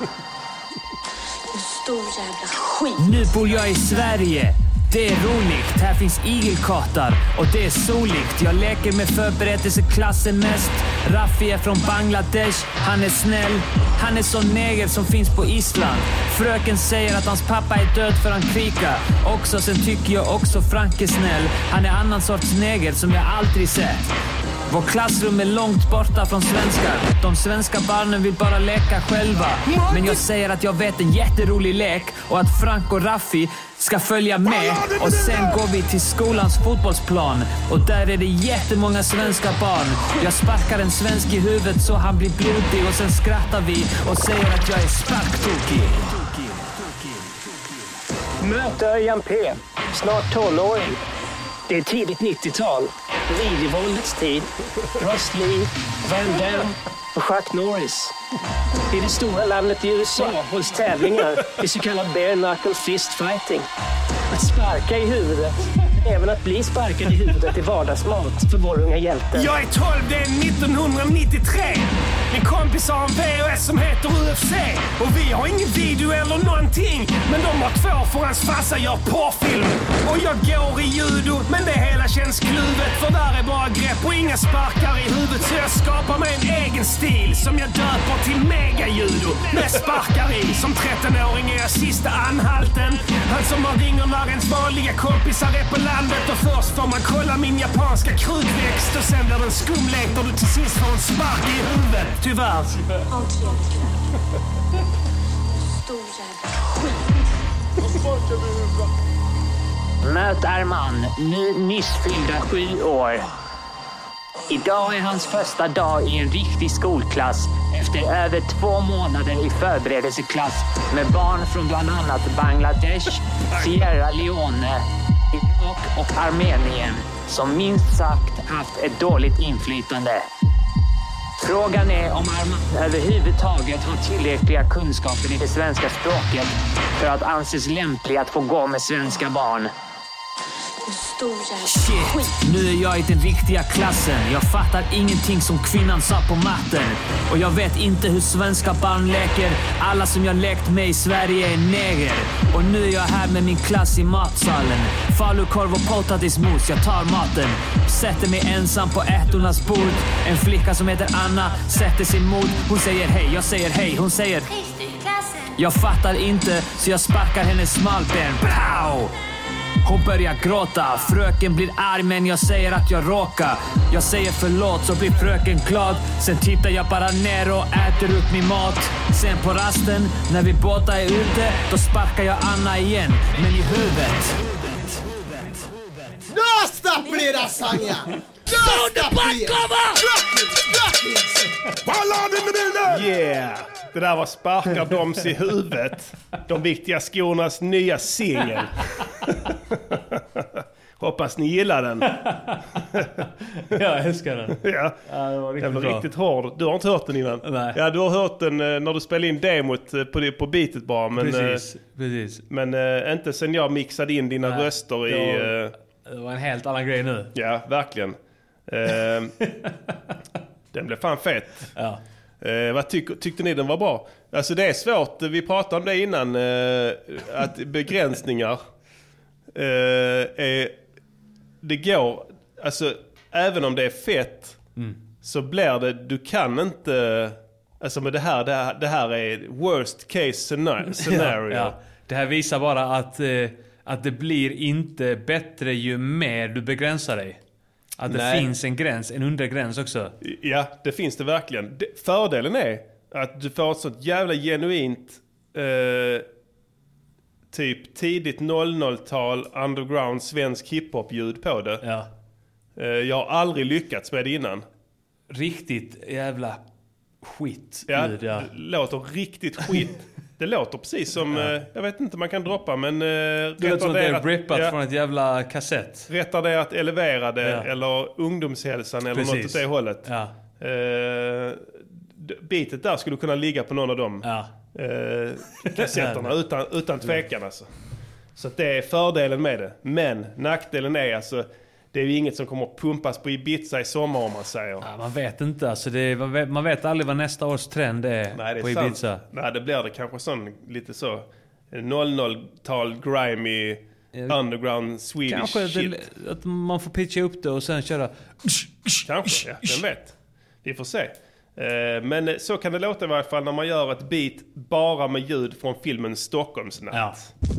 Stor jävla skit. Nu bor jag i Sverige. Det är roligt, här finns igelkottar och det är soligt. Jag leker med förberedelseklassen mest. Raffi är från Bangladesh, han är snäll. Han är sån neger som finns på Island. Fröken säger att hans pappa är död för han krika. Också sen tycker jag också Frank är snäll. Han är annan sorts neger som jag aldrig sett. Vår klassrum är långt borta från svenskar. De svenska barnen vill bara leka själva. Men jag säger att jag vet en jätterolig lek och att Frank och Raffi ska följa med. Och sen går vi till skolans fotbollsplan och där är det jättemånga svenska barn. Jag sparkar en svensk i huvudet så han blir blodig och sen skrattar vi och säger att jag är sparktokig. Möt Örjan P. Snart 12-åring. Det är tidigt 90-tal. Videovåldets tid. Ross Lee, Van Damme och Chuck Norris. I det stora landet i USA hålls tävlingar i så kallad bare knuckle fist fighting. Att sparka i huvudet, även att bli sparkad i huvudet är vardagsmat för vår unga hjälte. Jag är 12, det är 1993. Min kompis har en VHS som heter UFC. Och vi har ingen video eller någonting. Men de har 2 för hans farsa gör porrfilm. Och jag går i judo, men det hela känns kluvet. För där är bara grepp och inga sparkar i huvudet. Så jag skapar mig en egen stil som jag döper till megajudo. Med sparkar i, som 13-åring är jag sista anhalten. Han som man ringer när ens vanliga kompisar är på landet. Och först får man kolla min japanska krukväxt. Och sen blir den skumlekt och du till sist får en spark i huvudet. Tyvärr. Stor jävla skit. Möt Arman, nyss fyllda 7 år. Idag är hans första dag i en riktig skolklass efter över 2 månader i förberedelseklass med barn från bland annat Bangladesh, Sierra Leone, Irak och Armenien som minst sagt haft ett dåligt inflytande. Frågan är om Arman överhuvudtaget har tillräckliga kunskaper i det svenska språket för att anses lämplig att få gå med svenska barn. En stor jävla Shit, skit. nu är jag i den riktiga klassen. Jag fattar ingenting som kvinnan sa på matten. Och jag vet inte hur svenska barn leker. Alla som jag lekt med i Sverige är neger. Och nu är jag här med min klass i matsalen. Falukorv och potatismos, jag tar maten. Sätter mig ensam på ätornas bord. En flicka som heter Anna sätter sig mot. Hon säger hej, jag säger hej. Hon säger Hej, styrklassen. jag fattar inte, så jag sparkar hennes smalben. Pow! Hon börjar gråta, fröken blir arg men jag säger att jag råkar. Jag säger förlåt så blir fröken glad. Sen tittar jag bara ner och äter upp min mat. Sen på rasten, när vi båda är ute, då sparkar jag Anna igen, men i huvudet. Nosta plira sanja! Nosta plira! Yeah! Det där var Sparkar doms i huvudet. De viktiga skornas nya singel. Hoppas ni gillar den. Jag älskar den. Ja, det var den var riktigt hård. Du har inte hört den innan? Nej. Ja, du har hört den när du spelade in demot på beatet bara. Men, Precis. Men inte sen jag mixade in dina röster i... Det var en helt annan grej nu. Ja, verkligen. Den blev fan fett. Ja. Vad tyckte ni den var bra? Alltså det är svårt, vi pratade om det innan, att begränsningar det går, alltså även om det är fett så blir det, du kan inte, alltså med det här är worst case scenario. Ja. Det här visar bara att det blir inte bättre ju mer du begränsar dig. Att det finns en gräns, en undergräns också. Ja, det finns det verkligen. Fördelen är att du får ett sånt jävla genuint typ tidigt 00-tal underground svensk hiphop-ljud på det. Ja. Jag har aldrig lyckats med det innan. Riktigt jävla skit. Ja, det låter riktigt skit. Det låter precis som, jag vet inte, man kan droppa, men... Det låter som att det är rippat från ett jävla kassett. Retarderat eleverade eller ungdomshälsan eller något åt det hållet. Ja. Beatet där skulle kunna ligga på någon av dem kassetterna utan tvekan alltså. Så att det är fördelen med det. Men nackdelen är alltså, det är ju inget som kommer att pumpas på Ibiza i sommar om man säger. Ja, man vet inte alltså, man vet aldrig vad nästa års trend är på Ibiza. Nej, det blir det kanske sån lite så 00-tal grimy underground Swedish kanske shit. Att man får pitcha upp det och sen köra. Kanske, vem vet. Vi får se. Men så kan det låta i varje fall när man gör ett beat bara med ljud från filmen Stockholmsnatt. Ja.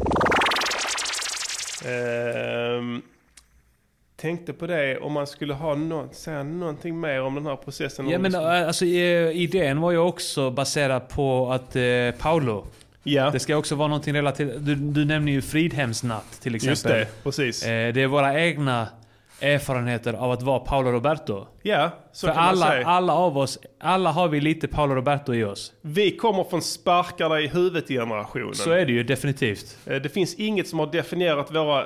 Tänkte på det om man skulle ha säga någonting mer om den här processen. Ja, men alltså idén var ju också baserad på att Paolo. Ja. Det ska också vara någonting relativt. Du nämner ju Fridhemsnatt till exempel. Just det, precis. Det är våra egna erfarenheter av att vara Paolo Roberto. Ja, så för kan man säga. alla av oss, alla har vi lite Paolo Roberto i oss. Vi kommer från sparkar i huvudet-generationen. Så är det ju definitivt. Det finns inget som har definierat våra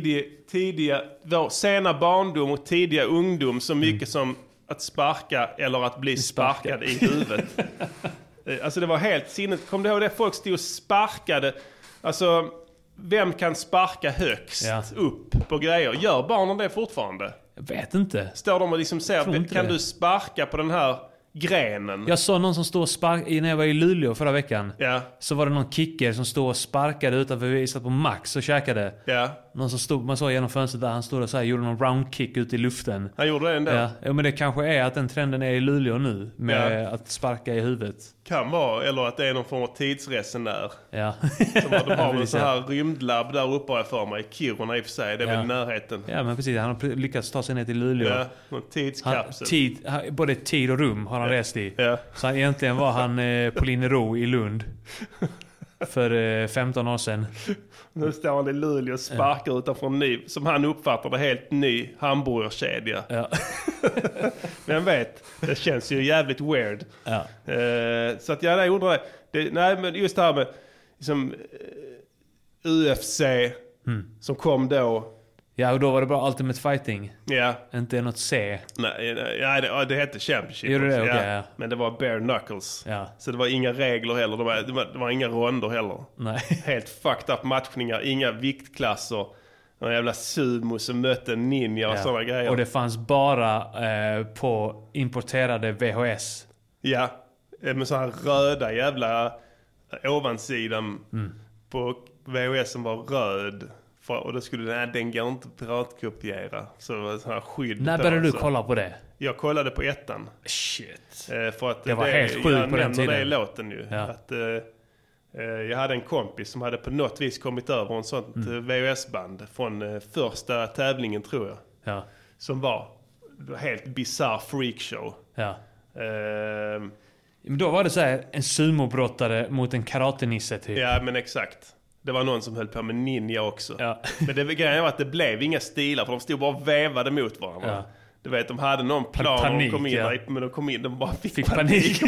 vår sena barndom och tidiga ungdom så mycket som att sparka eller att bli sparkad i huvudet. Alltså det var helt sinnet. Kom du ihåg det? Folk stod och sparkade. Alltså, vem kan sparka högst upp på grejer? Gör barnen det fortfarande? Jag vet inte. Står de och liksom säger, kan du sparka på den här grenen? Jag såg någon som stod och sparkade, när jag var i Luleå förra veckan. Ja. Så var det någon kicker som stod och sparkade utanför, vi satt på Max och käkade. Ja. Någon som stod, man såg genom fönstret där, han stod och så här, gjorde någon round kick ut i luften. Han gjorde det ändå? Ja, men det kanske är att den trenden är i Luleå nu, med att sparka i huvudet. Kan vara, eller att det är någon form av tidsresenär. Ja. Som de har en sån här rymdlabb där uppe för mig. Kiruna i och för sig, det är väl i närheten. Ja, men precis, han har lyckats ta sig ner till Luleå. Ja, någon tidskapsel. Både tid och rum har han rest i. Ja. Så egentligen var han på Linnero i Lund för 15 år sedan. Nu står han i Luleå och sparkar utanför en ny, som han uppfattar det, helt ny hamburgerkedja. Ja. Vem vet, det känns ju jävligt weird. Ja. Så att jag undrar det. Nej, men just det här med liksom, UFC som kom då. Ja, och då var det bara Ultimate Fighting. Ja. Inte något C. Nej, det hette Championship. Gjorde det? Okay, ja. Men det var bare knuckles. Ja. Så det var inga regler heller. Det var inga ronder heller. Nej. Helt fucked up matchningar. Inga viktklasser. någon jävla sumo som mötte en ninja och sådana grejer. Och det fanns bara på importerade VHS. Ja, med sådana här röda jävla ovansidan på VHS som var röd. Och då skulle den går inte piratkopiera. Så det var sån här skydd. När började du kolla på det? Jag kollade på 1. Shit. För att det var helt sjukt på den tiden. Det i låten ju. Ja. Att, jag hade en kompis som hade på något vis kommit över en sånt VHS-band från första tävlingen tror jag. Ja. Som var helt bizarr freakshow. Ja. Men då var det så här en sumobrottare mot en karatenisse typ. Ja, men exakt. Det var någon som höll på med ninja också. Ja. Men det grejen var att det blev inga stilar för de stod bara och vävade mot varandra. Ja. Du vet, de hade någon plan panik, de kom in där, men de kom in, de bara fick panik.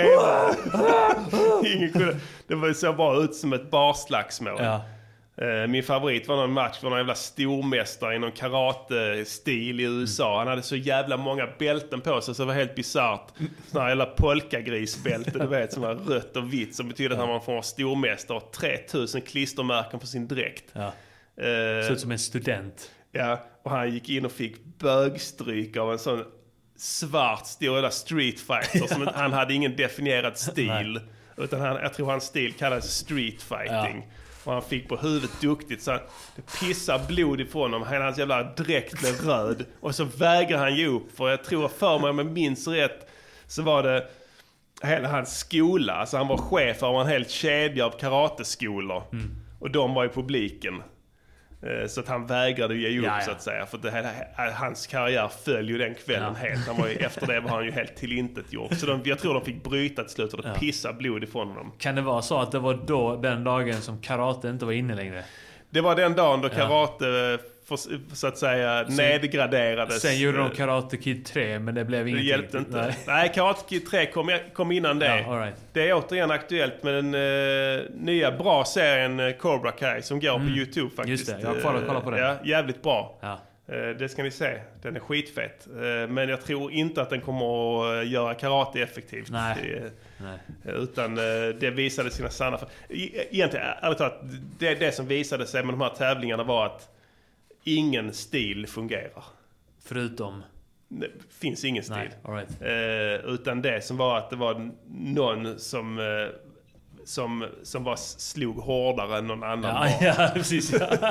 Ingen kunde, det så bara ut som ett barslagsmål. Ja. Min favorit var någon match för någon jävla stormästare i någon karate-stil i USA. Han hade så jävla många bälten på sig så det var helt bizarrt. Sådana jävla polkagrisbälte, du vet, som var rött och vitt som betyder att han var en form av stormästare och 3000 klistermärken på sin dräkt. Ja. Så ut som en student. Ja, och han gick in och fick bögstryk av en sån svart stor street fighter som han hade ingen definierad stil. Utan jag tror hans stil kallades street fighting. Ja. Och han fick på huvudet duktigt så det pissar blod ifrån honom. Hans jävla dräkt blev röd. Och så vägrar han ge upp. För jag tror för mig om jag minns rätt så var det hela hans skola. Alltså han var chef av en hel kedja av karateskolor. Och de var i publiken. Så att han vägrade ge upp så att säga. För hans karriär föll ju den kvällen helt. Efter det var han ju helt tillintetgjort. Så jag tror de fick bryta till slut och pissa blod ifrån honom. Kan det vara så att det var då den dagen som karate inte var inne längre? Det var den dagen då karate så att säga nedgraderades. Sen gjorde de Karate Kid 3 men det blev ingenting. Det hjälpte inte. Nej, Karate Kid 3 kom innan det. Ja, all right. Det är återigen aktuellt med den nya bra serien Cobra Kai som går på YouTube faktiskt. Just det, jag får kolla på det. Ja, jävligt bra. Ja. Det ska ni se. Den är skitfett. Men jag tror inte att den kommer att göra karate effektivt. Nej. Utan det visade sina sanna... Egentligen, ärligt talat, det som visade sig med de här tävlingarna var att ingen stil fungerar. Förutom? Det finns ingen stil. Nej, all right. Utan det som var att det var någon som slog hårdare än någon annan var. Ja, precis.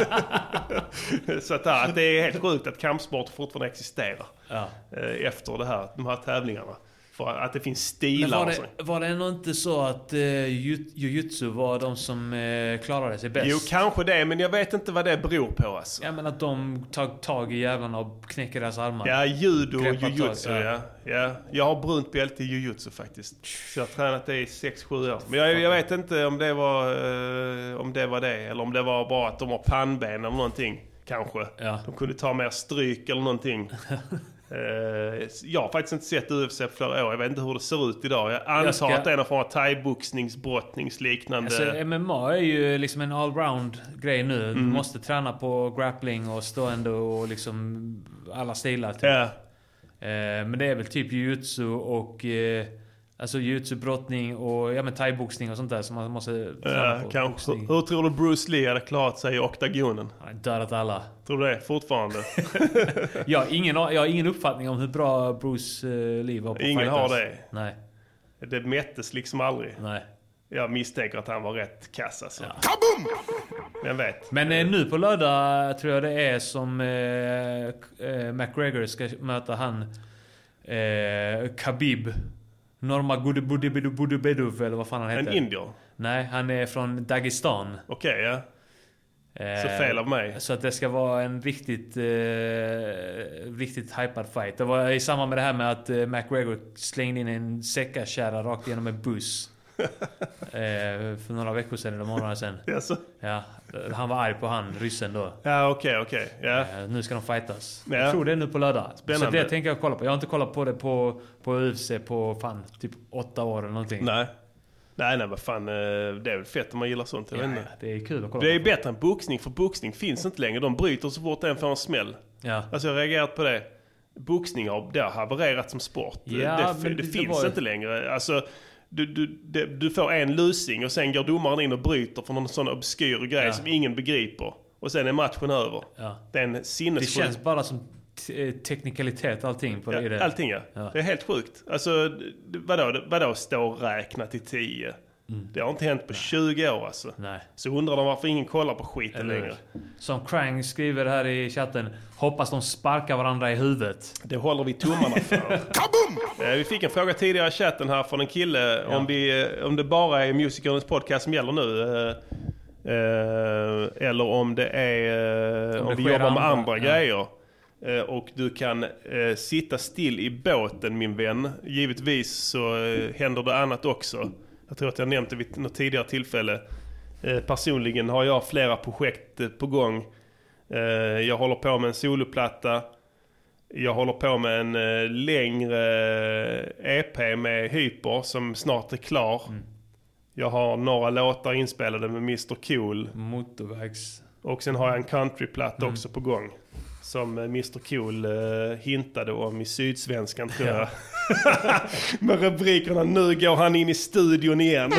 Så att det är helt sjukt att kampsport fortfarande existerar efter de här tävlingarna. För att det finns stilar. Men var det ändå inte så att Jiu-Jitsu var de som klarade sig bäst? Jo, kanske det, men jag vet inte vad det beror på alltså. Ja, men att de tar tag i jävlarna och knäcker deras armar. Ja, judo och Jiu-Jitsu, ja. Jag har brunt bälte i Jiu-Jitsu faktiskt. Så jag har tränat det i 6-7 år. Men jag vet inte om det var det. Eller om det var bara att de har pannben eller någonting. Kanske. Ja. De kunde ta mer stryk eller någonting. Jag har faktiskt inte sett UFC för flera år. Jag vet inte hur det ser ut idag. Jag antar att det är någon form av thai-boxningsbrottningsliknande. Alltså, MMA är ju liksom en allround grej nu. Du måste träna på grappling och stående och liksom alla stilar typ. Men det är väl typ jiu-jitsu och alltså jiu-jitsu-brottning och thai-boxning och sånt där som man måste träna på. Kanske. Hur tror du Bruce Lee hade klarat sig i oktagonen? Han har dödat alla. Tror du det? Fortfarande? Jag har ingen uppfattning om hur bra Bruce Lee var på Ingen fighters. har det? Nej. Det mättes liksom aldrig? Nej. Jag misstänker att han var rätt kass alltså. Ja. Kaboom! Jag vet. Men nu på lördag tror jag det är som McGregor ska möta han Khabib Nurmagomedov eller vad fan han heter. En indier? Nej, han är från Dagestan. Okej, ja. Så fel av mig. Så att det ska vara en riktigt hypad fight. Det var i samband med det här med att McGregor slängde in en säckakärra rakt genom en buss. För några veckor sedan eller månader sedan. Yes. Ja, han var arg på han, ryssen då. Ja, okej. Ja. Nu ska de fightas. Ja. Jag tror det är nu på lördag. Spännande. Så det tänker jag kolla på. Jag har inte kollat på det på UFC på typ 8 år eller någonting. Nej, vad fan. Det är väl fett om man gillar sånt. Det är kul att kolla Det är bättre än boxning, för boxning finns inte längre. De bryter så fort en får en smäll. Ja. Alltså jag har reagerat på det. Boxning har havererat som sport. Ja, det finns inte längre. Alltså, du får en lusing och sen går domaren in och bryter för någon sån obskyr grej som ingen begriper. och sen är matchen över. Ja. Det är en sinnesfull... Det känns bara som teknikalitet allting på det. Allting, ja. Det är helt sjukt. Alltså, vadå stå och räkna till 10? Det har inte hänt på 20 år alltså. Nej. Så undrar de varför ingen kollar på skiten längre. Som Krang skriver här i chatten, hoppas de sparkar varandra i huvudet. Det håller vi tummarna för. Vi fick en fråga tidigare i chatten här från en kille om det bara är Musikernas podcast som gäller nu. Eller om det är om vi jobbar med andra grejer. Och du kan sitta still i båten, min vän. Givetvis så händer det annat också. Jag tror att jag nämnt det vid något tidigare tillfälle. Personligen har jag flera projekt på gång. Jag håller på med en soloplatta. Jag håller på med en längre EP med Hyper som snart är klar. Jag har några låtar inspelade med Mr. Cool. Motorvägs. Och sen har jag en countryplatta också på gång. Som Mr. Cool hintade om i Sydsvenskan, tror jag. Med rubrikerna, nu går han in i studion igen.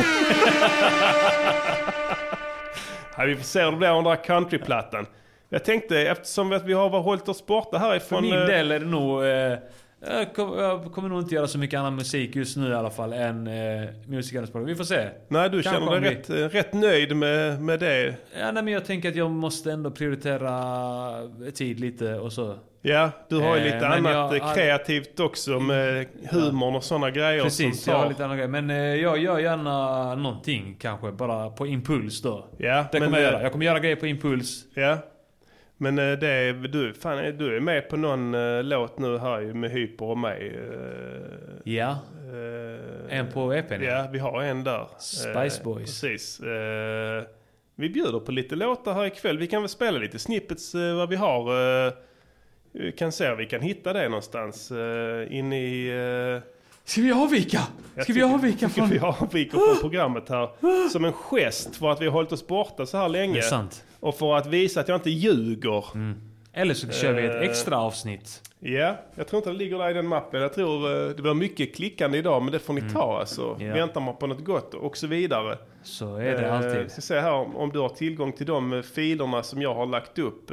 Vi får se hur det blir om den där countryplattan. Jag tänkte, eftersom vi har hållit oss borta härifrån... För min del är det nog... Jag kommer nog inte göra så mycket annan musik just nu i alla fall än Musikernas podcast. Vi får se. Nej, du känner dig rätt nöjd med det. Ja, nej, men jag tänker att jag måste ändå prioritera tid lite och så. Ja, du har ju lite annat kreativt också med humorn och sådana grejer. Precis, jag har lite andra grejer. Men jag gör gärna någonting kanske, bara på impuls då. Ja, det kommer jag göra. Jag kommer göra grejer på impuls. Ja. Men du är med på någon låt nu här med Hyper och mig. Ja. En på EPn. Ja, vi har en där. Spice Boys. Precis. Vi bjuder på lite låtar här ikväll. Vi kan väl spela lite snippets vad vi har. Vi kan se om vi kan hitta det någonstans inne i... Ska vi avvika? Vi avvika från programmet här som en gest för att vi har hållit oss borta så här länge. Det är sant. Och för att visa att jag inte ljuger. Eller så kör vi ett extra avsnitt. Ja, jag tror inte det ligger där i den mappen. Jag tror det var mycket klickande idag, men det får ni ta alltså. Väntar man på något gott och så vidare. Så är det alltid. Jag ska se här om du har tillgång till de filerna som jag har lagt upp.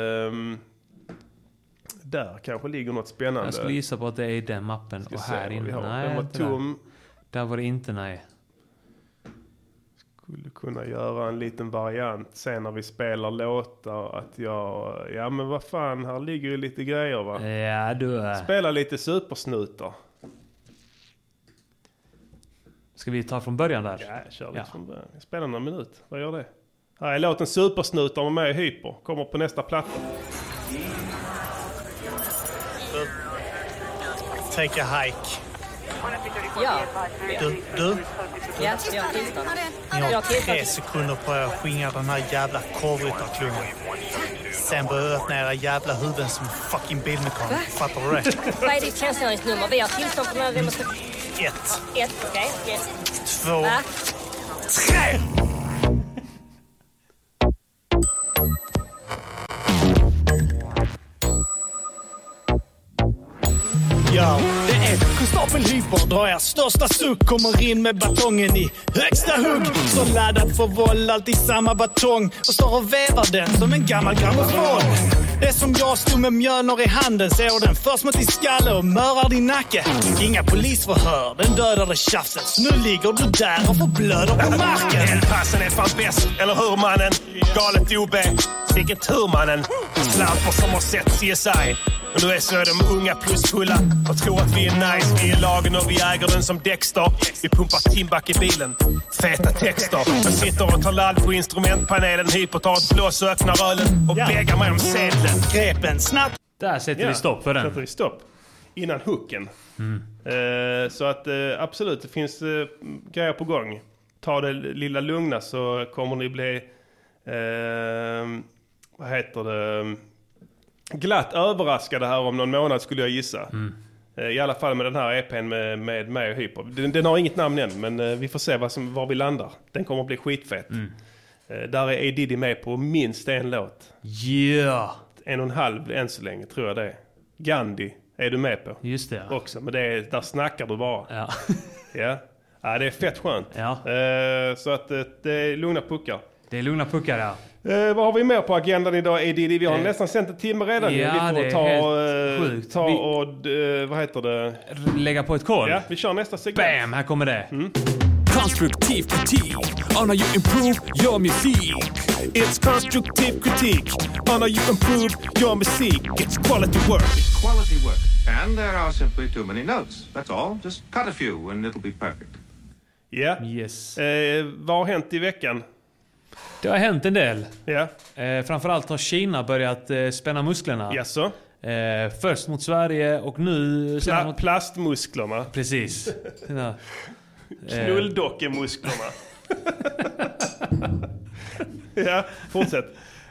Där kanske ligger något spännande. Jag skulle gissa på att det är i den mappen. Och här inne. Nej, den var tom. Där var det inte, nej. Skulle kunna göra en liten variant sen när vi spelar låtar att ja men vad fan, här ligger ju lite grejer, va? Ja, du är. Spela lite supersnutar. Ska vi ta från början där? Ja, kör lite från början. Spela några minut. Vad gör det? Här är låten Supersnutar med Hyper. Kommer på nästa platta. Take a hike. Ja. Du? Ja, jag har tillstånd. Ni har 3 sekunder på er att skingra den här jävla korvryttarklungan. Sen börjar öppna era jävla huvuden som fucking bilmekanik. Fattar du det? Vad är ditt tjänstgöringsnummer? Vi har tillstånd på när vi måste... 1. okej. 2. 3! Ja, det är konstapeln Hyper. Drar er största suck, kommer in med batongen i högsta hugg. Så laddad för våld, alltid samma batong. Och står och vevar den som en gammal grammofon. Det är som jag stod med mjölnor i handen. Ser den först mot din skalle och mörar din nacke. Inga polisförhör, den dödade tjafset. Så nu ligger du där och förblöder på marken. Eldpassen är fan bäst, eller hur mannen? Galet OB, vilket tur mannen. Slamper som har sett CSI. Och nu är så de unga plus fulla och tror att vi är nice, vi är lagen och vi äger den som Dexter. Vi pumpar Timbuk i bilen, feta texter. Jag sitter och tar ladd på instrumentpanelen. Hyper tar ett blås och öppnar ölen och väggar mig om sedeln. Grepen snabbt. Där sätter vi stopp för den. Sätter vi stopp innan hooken. Så att absolut, det finns grejer på gång. Ta det lilla lugna så kommer ni bli vad heter det, glatt överraskade här om någon månad, skulle jag gissa. I alla fall med den här EPn med mig och Hyper. Den har inget namn än, men vi får se var vi landar. Den kommer att bli skitfett. Där är Diddy med på minst en låt. Yeah! 1,5 än så länge, tror jag det är. Gandhi är du med på. Just det. Också, men där snackar du bara. Ja. Ja, det är fett skönt. Ja. Så att det är lugna puckar. Det är lugna puckar där. Vad har vi mer på agendan idag, Edidi? Vi har nästan sänt en timme redan. Ja, vi får det är helt sjukt. Vad heter det? Lägga på ett kol. Ja, vi kör nästa segment. Bam, här kommer det. Konstruktiv kritik on how you improve your music. It's constructive critique on how you improve your music. It's quality work. It's quality work. And there are simply too many notes. That's all. Just cut a few and it'll be perfect. Ja. Yes. Vad har hänt i veckan? Det har hänt en del. Ja. Framförallt har Kina börjat spänna musklerna. Jaså? Först mot Sverige och nu... mot plastmusklerna. Precis. Knulldockemusklerna. Ja, fortsätt.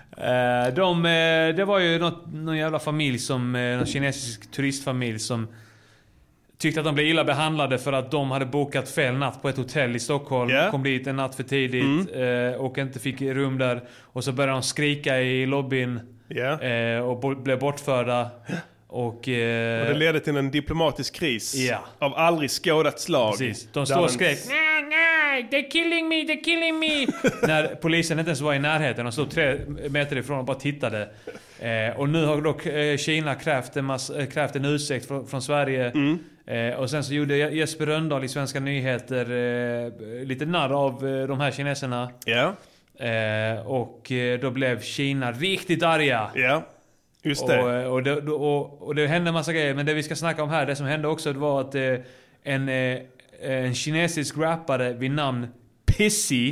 Det var ju någon jävla familj någon kinesisk turistfamilj som tyckte att de blev illa behandlade för att de hade bokat fel natt på ett hotell i Stockholm. Kom dit en natt för tidigt och inte fick rum där. Och så började de skrika i lobbyn och blev bortförda. Och det ledde till en diplomatisk kris av aldrig skådat slag. Precis. De stod och skrek nej, they're killing me. När polisen inte ens var i närheten. De stod 3 meter ifrån och bara tittade. Och nu har dock Kina krävt en ursäkt från Sverige. Och sen så gjorde Jesper Rönndahl i Svenska Nyheter lite narr av de här kineserna. Och då blev Kina riktigt arga. Just det. Och det hände en massa grejer. Men det vi ska snacka om här, det som hände också, det var att en kinesisk rappare vid namn Pissy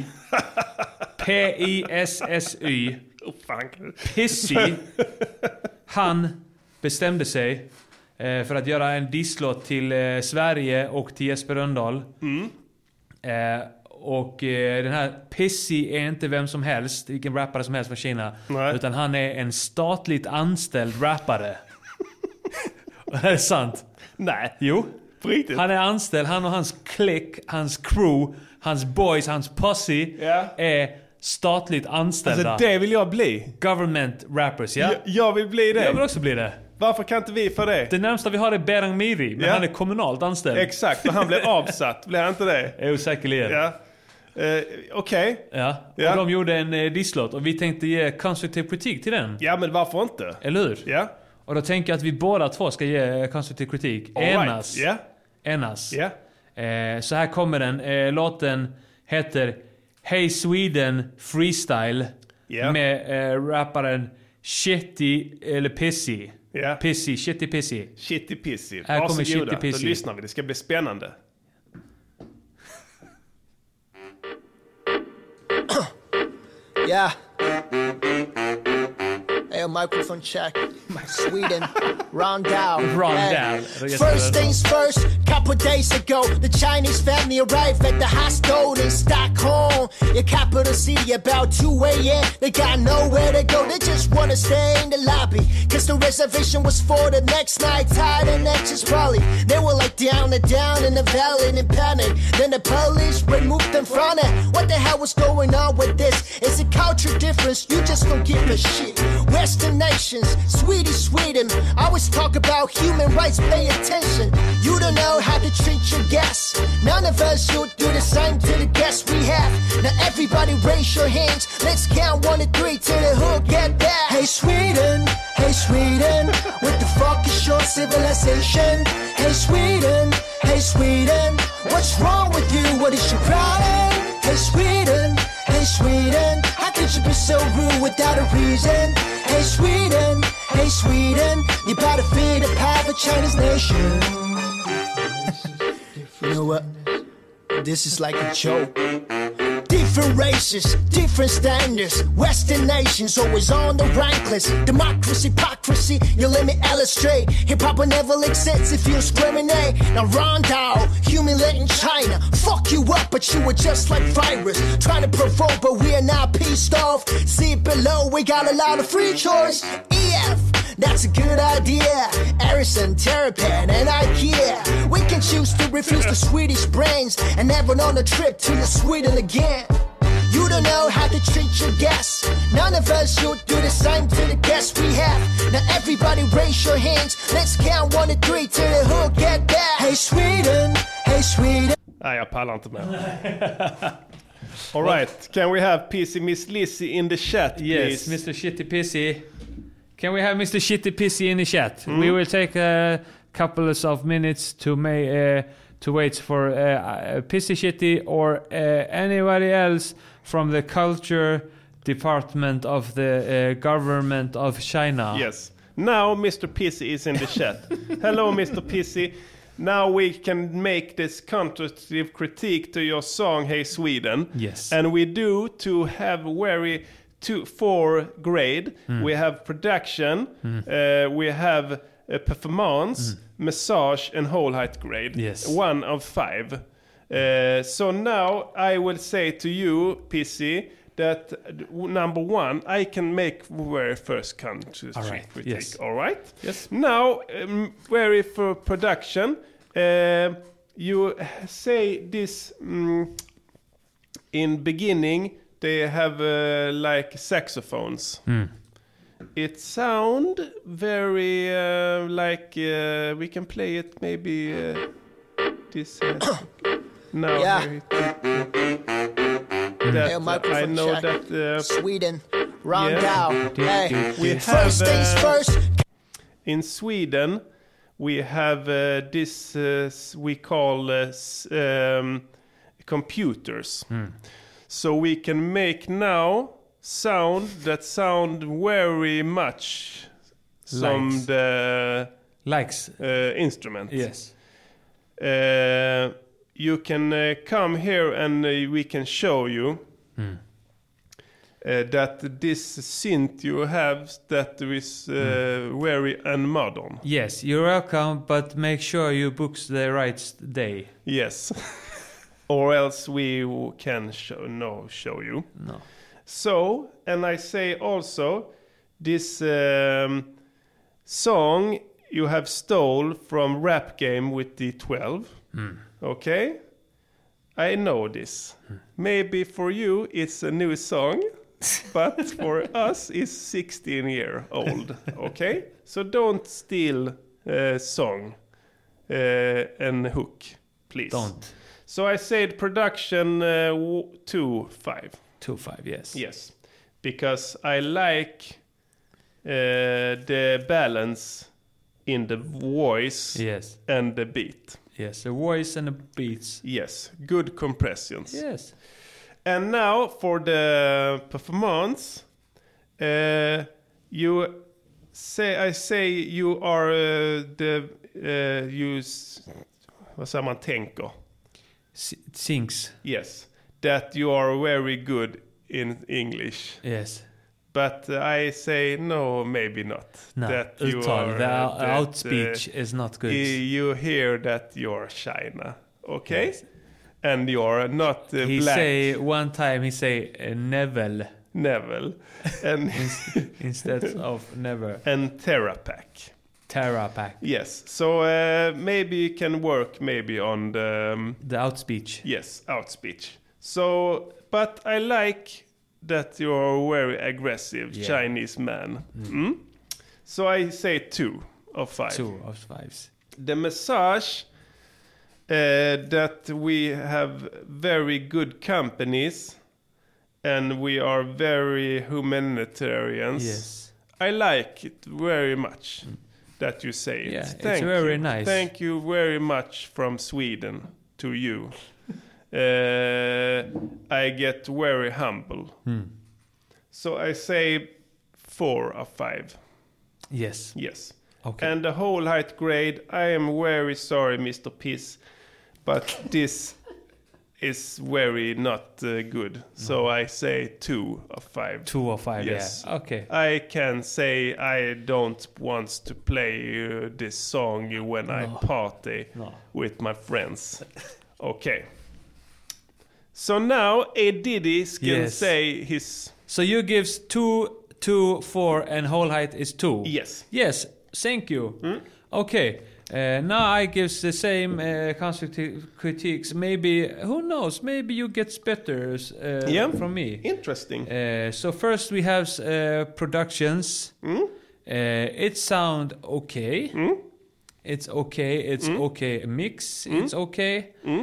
P-I-S-S-Y Pissy, han bestämde sig för att göra en disslåt till Sverige och till Jesper Rönndahl. Och den här Pissy är inte vem som helst, vilken rappare som helst från Kina. Utan han är en statligt anställd rappare. Och det är sant. Nej. Jo. Riktigt. Han är anställd, han och hans klick, hans crew, hans boys, hans posse är statligt anställda. Alltså det vill jag bli. Government rappers, ja. Jag vill bli det. Jag vill också bli det. Varför kan inte vi få det? Det närmsta vi har är Berang Miri, men han är kommunalt anställd. Exakt, och han blev avsatt. Blev han inte det? Jag är osäkerligen. Okej. Ja, och de gjorde en disslåt och vi tänkte ge konstruktiv kritik till den. Ja, men varför inte? Eller hur? Ja. Och då tänker jag att vi båda två ska ge konstruktiv kritik. Enas. Så här kommer den. Låten heter Hey Sweden Freestyle med rapparen Shitty eller Pissy. Pissy, Shitty Pissy. Shitty Pissy. Här kommer Shitty Pissy. Då lyssnar vi, det ska bli spännande. Yeah. Hey, microphone check. Sweden, Rondell. First things first, couple days ago, the Chinese family arrived at the hostel in Stockholm, your capital city, about 2 a.m. They got nowhere to go, they just wanna stay in the lobby, cause the reservation was for the next night, tired and anxious probably. They were like down in the valley in panic. Then the police removed them from it. What the hell was going on with this? It's a culture difference, you just don't give a shit. Western nations, Sweden, always talk about human rights, pay attention. You don't know how to treat your guests. None of us should do the same to the guests we have. Now everybody raise your hands, let's count 1 to 3 till the hook get back. Hey Sweden, what the fuck is your civilization? Hey Sweden, what's wrong with you? What is your problem? Hey Sweden, how could you be so rude without a reason? Hey Sweden, you better feed the power of Chinese nation. You know what? This is like a joke. Different races, different standards. Western nations always on the rank list. Democracy, hypocrisy, you let me illustrate. Hip-hop will never exist if you discriminate. Now Rondell, humiliating China. Fuck you up, but you were just like virus. Trying to provoke, but we are not pissed off. See it below, we got a lot of free choice. EF, that's a good idea. Ericsson, Terrapin, and IKEA. We can choose to refuse the Swedish brains and never on a trip to the Sweden again. You don't know how to treat your guests. None of us should do the same to the guests we have. Now everybody raise your hands. Let's count 1 to 3 till the hook get back. Hey Sweden. Nej, jag pallar inte med. All right. Can we have PC Miss Lizzie in the chat, yes, please? Mr. Shitty Pissy. Can we have Mr. Shitty Pissy in the chat? We will take a couple of minutes to wait for Pissy Shitty or anybody else from the culture department of the government of China. Yes. Now Mr. Pissy is in the chat. Hello, Mr. Pissy. Now we can make this constructive critique to your song, Hey Sweden. Yes. And we do to have very 4 grade. We have production. We have performance, massage, and whole height grade. Yes. 1 of 5. So now I will say to you, Pissy, that number 1, I can make very first country critique. Yes. All right? Yes. Now, very for production, you say this in beginning, they have like saxophones. It sound very like we can play it maybe this now. Yeah. I know that Sweden, Rondell. Hey, we have first things first. In Sweden, we have this we call computers. So we can make now sound that sound very much from the instrument. Yes. You can come here and we can show you that this synth you have that is very unmodern. Yes, you're welcome, but make sure you book the right day. Yes. Or else we can show you. No. So, and I say also, this song you have stole from Rap Game with D12. Okay? I know this. Maybe for you it's a new song, but for us it's 16-year-old. Okay? So don't steal song and hook, please. Don't. So I said production 2-5. 2-5, yes. Yes, because I like the balance in the voice and the beat. Yes, the voice and the beats. Yes, good compressions. Yes. And now for the performance, I say you are vad säger man tänker? Thinks. Yes, that you are very good in English. Yes. But I say no, maybe not. No, that you are, the outspeech is not good. You hear that you're China, okay? Yes. And you're not he black. Say one time he say Neville, and instead of never. And Therapack. Yes. So maybe you can work maybe on the outspeech. Yes, outspeech. So, but I like that you're a very aggressive Chinese man. So I say 2 of 5. 2 of 5. The massage, that we have very good companies and we are very humanitarians. Yes. I like it very much that you say it. Yeah, it's very nice. Thank you very much from Sweden to you. I get very humble. So I say 4 of 5. Yes. Yes. Okay. And the whole height grade, I am very sorry, Mr. Piss, but this is very not good. So I say 2 of 5. 2 of 5, yes. Yeah. Okay. I can say I don't want to play this song when I party with my friends. Okay. So now A Diddy can say his... So you gives 2, 4 and whole height is 2? Yes. Yes, thank you. Okay. Now I gives the same constructive critiques. Maybe, who knows, maybe you get better from me. Interesting. So first we have productions. It sound okay. It's okay. It's okay. Mix. It's okay.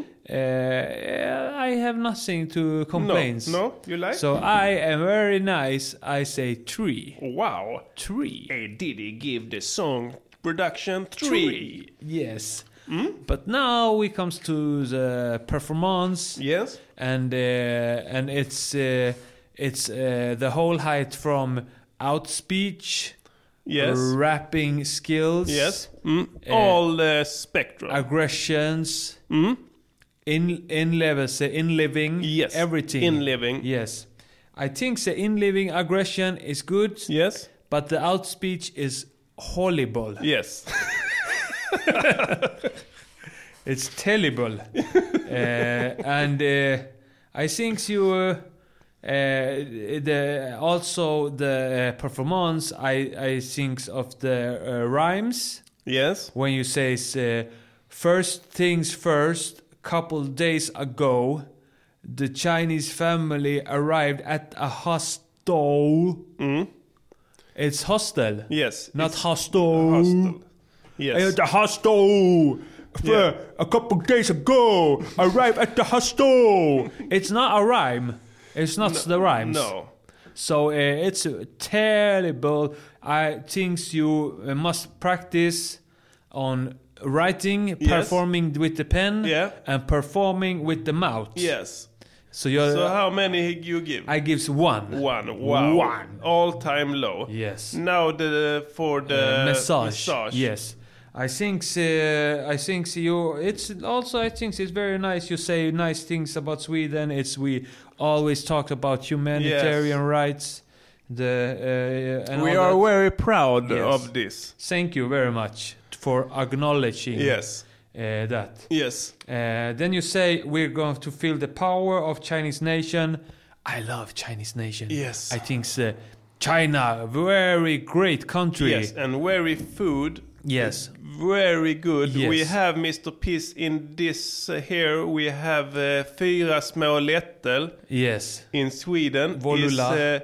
I have nothing to complain. No, you like? So I am very nice. I say 3. Wow. 3. Did he give the song production 3? Yes. But now we comes to the performance. Yes. And it's the whole height from outspeech. Yes. Rapping skills. Yes. All the spectrum. Aggressions. In-living. Yes. Everything. In-living. Yes. I think the in-living aggression is good. Yes. But the outspeech is horrible. Yes. It's terrible. And I think you... the performance I think of the rhymes. Yes. When you say first things first, couple days ago the Chinese family arrived at a hostel. It's hostel. Yes. Not hostel. Yes. At the hostel. A couple days ago arrived at the hostel. It's not a rhyme. It's not the rhymes. No. So it's terrible. I think you must practice on writing, performing with the pen, and performing with the mouth. Yes. So how many you give? I gives 1. 1. Wow. 1. All time low. Yes. Now for the massage. Yes. I think you. It's also. I think it's very nice. You say nice things about Sweden. We always talk about humanitarian rights. And we are very proud of this. Thank you very much for acknowledging. That. Yes. Then you say we're going to feel the power of Chinese nation. I love Chinese nation. Yes. I think China, very great country. Yes, and very food. Yes. Very good. Yes. We have Mr. Piss in this here. We have 4 små lättel. Yes. In Sweden. Volula.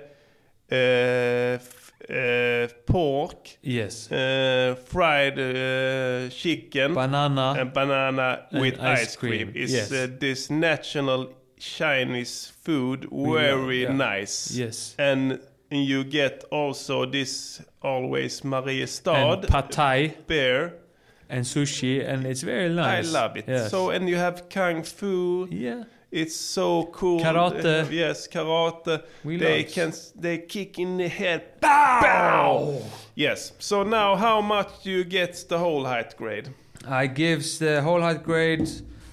Pork. Yes. Fried chicken. Banana. And banana with and ice cream. It's yes. This national Chinese food. Very nice. Yes. And you get also this always Mariestad. And pad thai. Beer. And sushi. And it's very nice. I love it. Yes. So, and you have Kung Fu. Yeah. It's so cool. Karate. Yes, karate. They kick in the head. Bow! Bow! Yes. So now how much do you get the whole height grade? I gives the whole height grade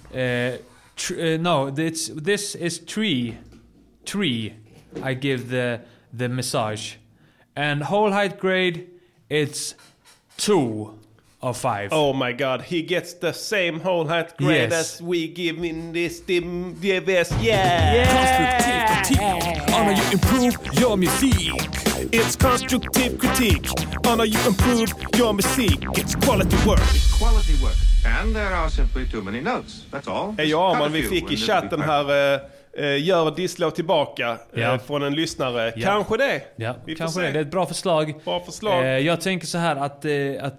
this is 3. 3. I give the massage. And whole height grade it's 2 of 5. Oh my god, he gets the same whole height grade Yes. as we give in this DVS. Constructive critique on how you improve your music. It's constructive critique on how you improve your music. It's quality work. It's quality work. And there are simply too many notes. That's all. Ja, man, vi fick i chatten här gör disslå tillbaka från en lyssnare. Ja. Kanske det. Ja, kanske det. Det är ett bra förslag. Bra förslag. Jag tänker så här att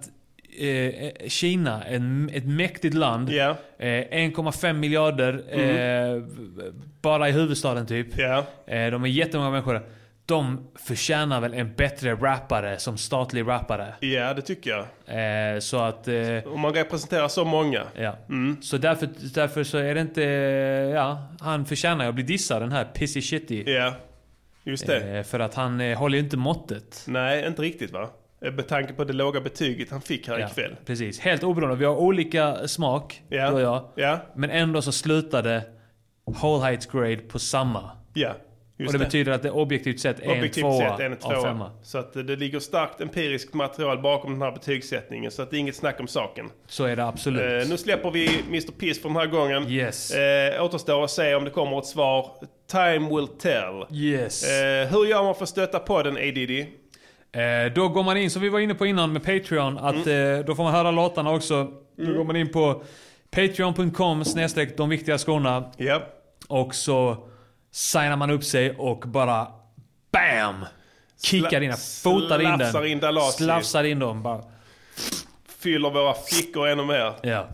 Kina, ett mäktigt land, 1,5 miljarder bara i huvudstaden typ. De är jättemånga människor. De förtjänar väl en bättre rappare som statlig rappare. Ja, det tycker jag. Så att om man representerar så många. Så därför så är det inte han förtjänar att bli dissad, den här pissy shitty. Ja. Just det. För att han håller ju inte måttet. Nej, inte riktigt va? Med tanke på det låga betyget han fick här ikväll. Precis, helt oberoende. Vi har olika smak, du och jag. Ja. Men ändå så slutade whole height grade på samma. Ja, just och det betyder att det objektivt sett är en tvåa av 5. Så att det ligger starkt empiriskt material bakom den här betygssättningen. Så att det är inget snack om saken. Så är det absolut. Nu släpper vi Mr. Piss för den här gången. Yes. Återstår att se om det kommer ett svar. Time will tell. Yes. Hur gör man för att stötta podden, A.D.D.? Då går man in, som vi var inne på innan med Patreon, att då får man höra låtarna också. Då går man in på patreon.com/de viktiga skorna. Och så signar man upp sig och bara BAM! Kickar in, fotar in den. Slafsar in dem bara. fyller våra fickor ännu mer. Ja.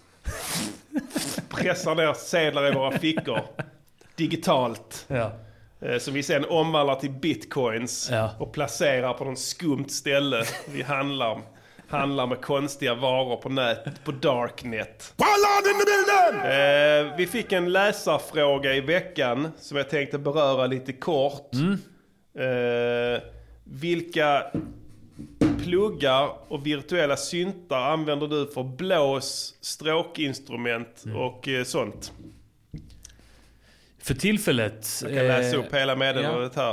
Pressar ner sedlar i våra fickor. Digitalt. Ja. Som vi sen omvandlar till bitcoins. Och placerar på någon skumt ställe. Vi handlar med konstiga varor på nätet, på darknet. Vi fick en läsarfråga i veckan som jag tänkte beröra lite kort. Vilka pluggar och virtuella syntar använder du för blås, stråkinstrument och sånt? För tillfället... Jag kan läsa upp hela meddelandet här.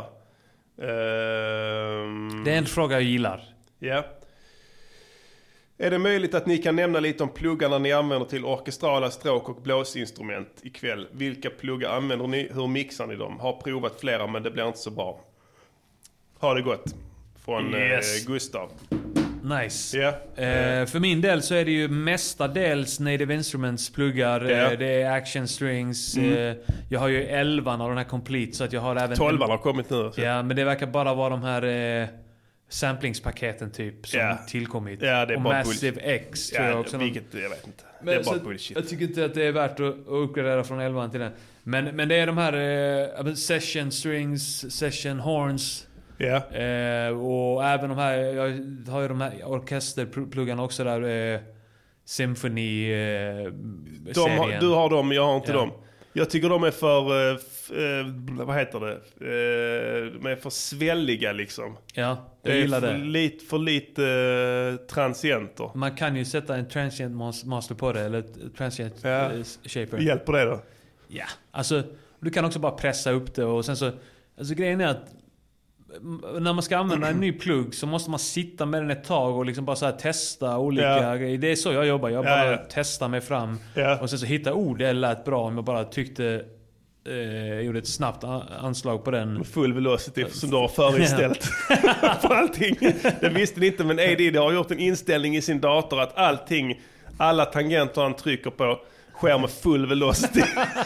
Det är en fråga jag gillar. Ja. Är det möjligt att ni kan nämna lite om pluggarna ni använder till orkestrala stråk- och blåsinstrument ikväll? Vilka pluggar använder ni? Hur mixar ni dem? Har provat flera men det blir inte så bra. Har det gått. Från Gustav. Nice. Yeah. För min del så är det ju mestadels Native Instruments pluggar. Det är Action Strings. Jag har ju 11 av den här Complete. Så att jag har även 12 har kommit nu. Så. Ja, men det verkar bara vara de här samplingspaketen typ som tillkommit. Ja, det är och bara Massive X tror jag också. Vilket, jag vet inte. Men det är bara bullshit. Jag tycker inte att det är värt att uppgradera från 11 till den. Men det är de här Session Strings, Session Horns. Och även de här, jag har ju de här orkesterpluggarna också där, Symphony serien. Du har dem, jag har inte dem. Jag tycker de är för vad heter det? De är för svälliga liksom. Ja, jag gillar det. För lite transienter. Man kan ju sätta en transient master på det, eller transient shaper. Hjälper det då? Ja, alltså du kan också bara pressa upp det och sen så, alltså grejen är att när man ska använda en ny plugg så måste man sitta med den ett tag och liksom bara så här testa olika grejer. Det är så jag jobbar. Jag bara testar mig fram och sen så hittar det lät bra om jag bara tyckte gjorde ett snabbt anslag på den. Full velocity som du har förinställt för allting. Det visste ni inte, men AD har gjort en inställning i sin dator att alla tangenter han trycker på sker med full velocity.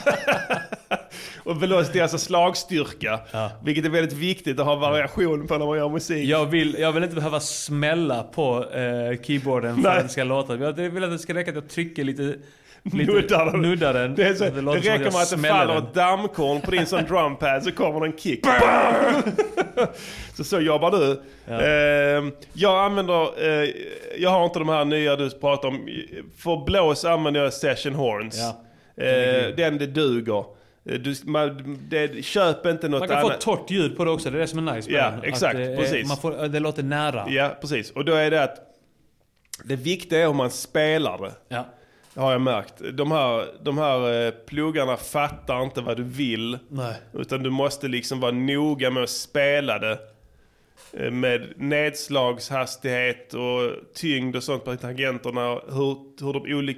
Och velocity är alltså slagstyrka. Vilket är väldigt viktigt att ha variation på när man gör musik. Jag vill inte behöva smälla på keyboarden för att den ska låta. Jag vill att det ska räcka att jag trycker lite nuddar den. Det räcker med att det faller ett dammkorn på din sån drumpad så kommer en kick. så jobbar du. Jag använder jag har inte de här nya du pratar om. För blås använder jag Session Horns. Den det duger. Köp inte något annat. Man kan få torrt ljud på det också. Det är det som är nice. Ja, exakt. Precis. Det låter nära. Ja, precis. Och då är det att det viktiga är hur man spelar det. Ja. Har jag märkt. De här pluggarna fattar inte vad du vill. Nej. Utan du måste liksom vara noga med att spela det. Med nedslagshastighet och tyngd och sånt på tangenterna. Hur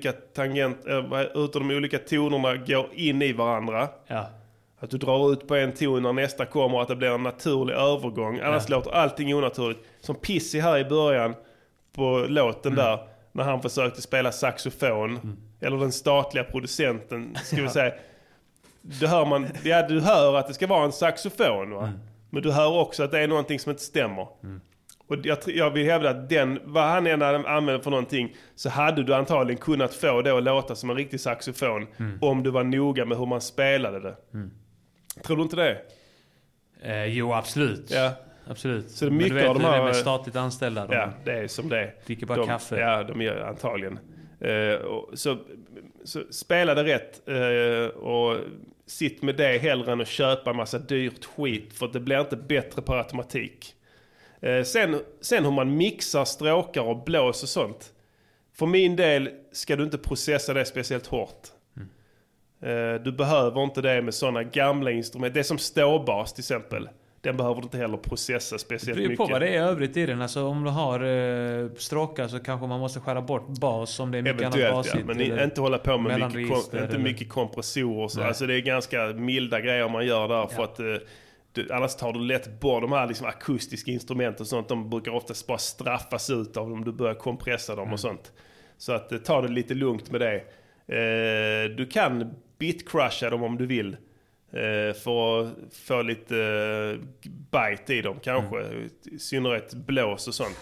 de olika tonerna går in i varandra. Ja. Att du drar ut på en ton när nästa kommer, att det blir en naturlig övergång. Annars låter allting onaturligt. Som Pissy här i början på låten där. När han försökte spela saxofon. Eller den statliga producenten, ska vi säga. Du hör att det ska vara en saxofon, va? Men du hör också att det är någonting som inte stämmer. Och jag vill hävda att vad han än använder för någonting, så hade du antagligen kunnat få det att låta som en riktig saxofon. Om du var noga med hur man spelade det. Tror du inte det? Jo, absolut. Ja. Absolut. Så det är mycket av de här... det med statligt anställda. Det är som det. Dricker bara kaffe. Ja, de gör antagligen. Så spela det rätt och sitt med det hellre än att köpa en massa dyrt skit, för det blir inte bättre på automatik. Sen hur man mixar stråkar och blås och sånt. För min del ska du inte processa det speciellt hårt. Du behöver inte det med sådana gamla instrument. Det är som ståbas till exempel. Den behöver du inte heller processa speciellt mycket. Det beror på vad det är övrigt i den. Alltså, om du har stråkar så kanske man måste skära bort bas om det är mycket annat basigt. Ja, men inte hålla på med mycket kompressorer. Så. Alltså, det är ganska milda grejer man gör där. För att, annars tar du lätt bort de här liksom, akustiska instrumenten och sånt. De brukar oftast bara straffas ut av om du börjar kompressa dem och sånt. Så att ta det lite lugnt med det. Du kan bitcrusha dem om du vill. För att få lite bite i dem kanske. I synnerhet blås och sånt.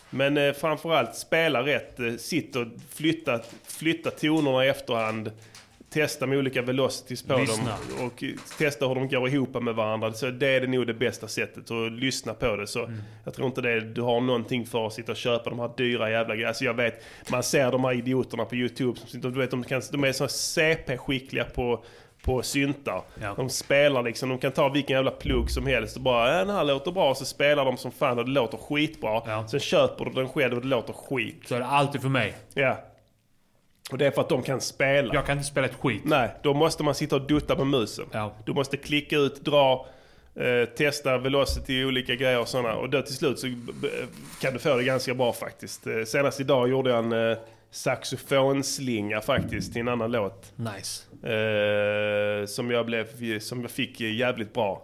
Men framförallt spela rätt, sitta och flytta tonerna i efterhand, testa med olika velocities på dem och testa hur de går ihop med varandra. Så det är nog det bästa sättet att lyssna på det. Så jag tror inte du har någonting för att sitta och köpa de här dyra jävla grejer. Alltså jag vet, man ser de här idioterna på YouTube som sitter, du vet, de är så CP-skickliga på syntar. Ja. De spelar liksom, de kan ta vilken jävla plugg som helst och bara, den här låter bra, så spelar de som fan och det låter skitbra. Ja. Sen köper du den själv och det låter skit. Så är det alltid för mig. Ja. Och det är för att de kan spela. Jag kan inte spela ett skit. Nej, då måste man sitta och dutta med musen. Ja. Du måste klicka ut, dra, testa velocity i olika grejer och sådana. Och då till slut så kan du få det ganska bra faktiskt. Senast idag gjorde jag en saxofonslinga faktiskt till en annan låt. Nice. Som jag fick jävligt bra.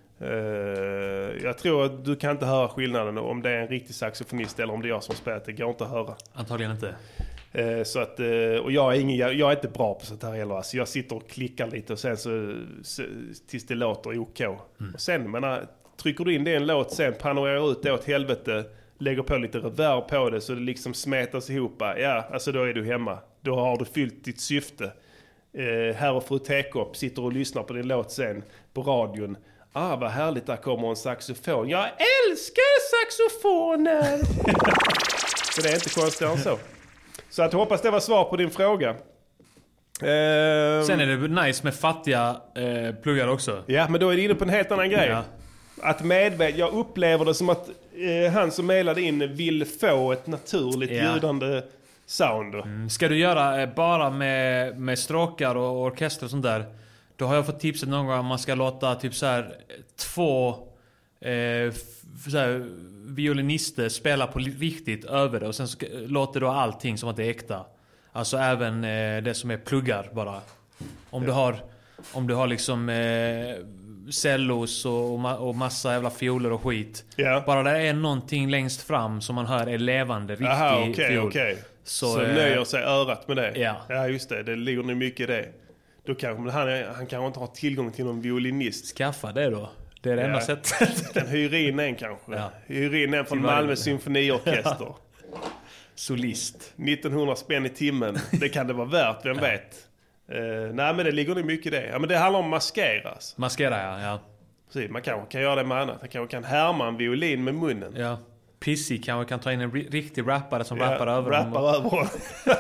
Jag tror att du kan inte höra skillnaden om det är en riktig saxofonist eller om det är jag som spelat. Det går inte att höra. Antagligen inte. Så att, och jag är inte bra på sånt här heller. Alltså jag sitter och klickar lite och sen så tills det låter OK. Och sen, trycker du in det i en låt, sen panorerar ut det åt helvete, lägger på lite reverb på det så det liksom smetas ihop. Ja, alltså då är du hemma. Då har du fyllt ditt syfte. Här och fru Tekop sitter och lyssnar på din låt sen på radion. Vad härligt, där kommer en saxofon. Jag älskar saxofoner! Så det är inte konstigt än så. Så jag hoppas det var svar på din fråga. Sen är det nice med fattiga pluggar också. Ja, men då är det inne på en helt annan grej. Ja. Jag upplever det som att han som mejlade in vill få ett naturligt ljudande sound. Ska du göra bara med stråkar och orkester och sånt där, då har jag fått tipset någon gång att man ska låta typ så här 2 så här, violinister spela på riktigt över det och sen låter du allting som att det är äkta. Alltså även det som är pluggar bara. Om du har liksom cellos och massa jävla fioler och skit. Yeah. Bara det är någonting längst fram som man hör är levande, riktig fiol. Okay. Så nöjer sig örat med det. Ja, just det. Det ligger nog mycket i det. Då kanske han kanske inte har tillgång till någon violinist. Skaffa det då. Det är det enda sättet. Kan hyra in en kanske. Ja. Hyra in en från Malmö symfoniorkester. Solist. 1900 spänn i timmen. Det kan det vara värt, vem vet. Nej, men det ligger nog mycket i det. Ja, men det handlar om maskera. Alltså. Maskera, ja. Precis, man kanske kan göra det med annat. Man kanske kan härma en violin med munnen. Ja. Pissy kanske kan ta in en riktig rappare som rappar över honom.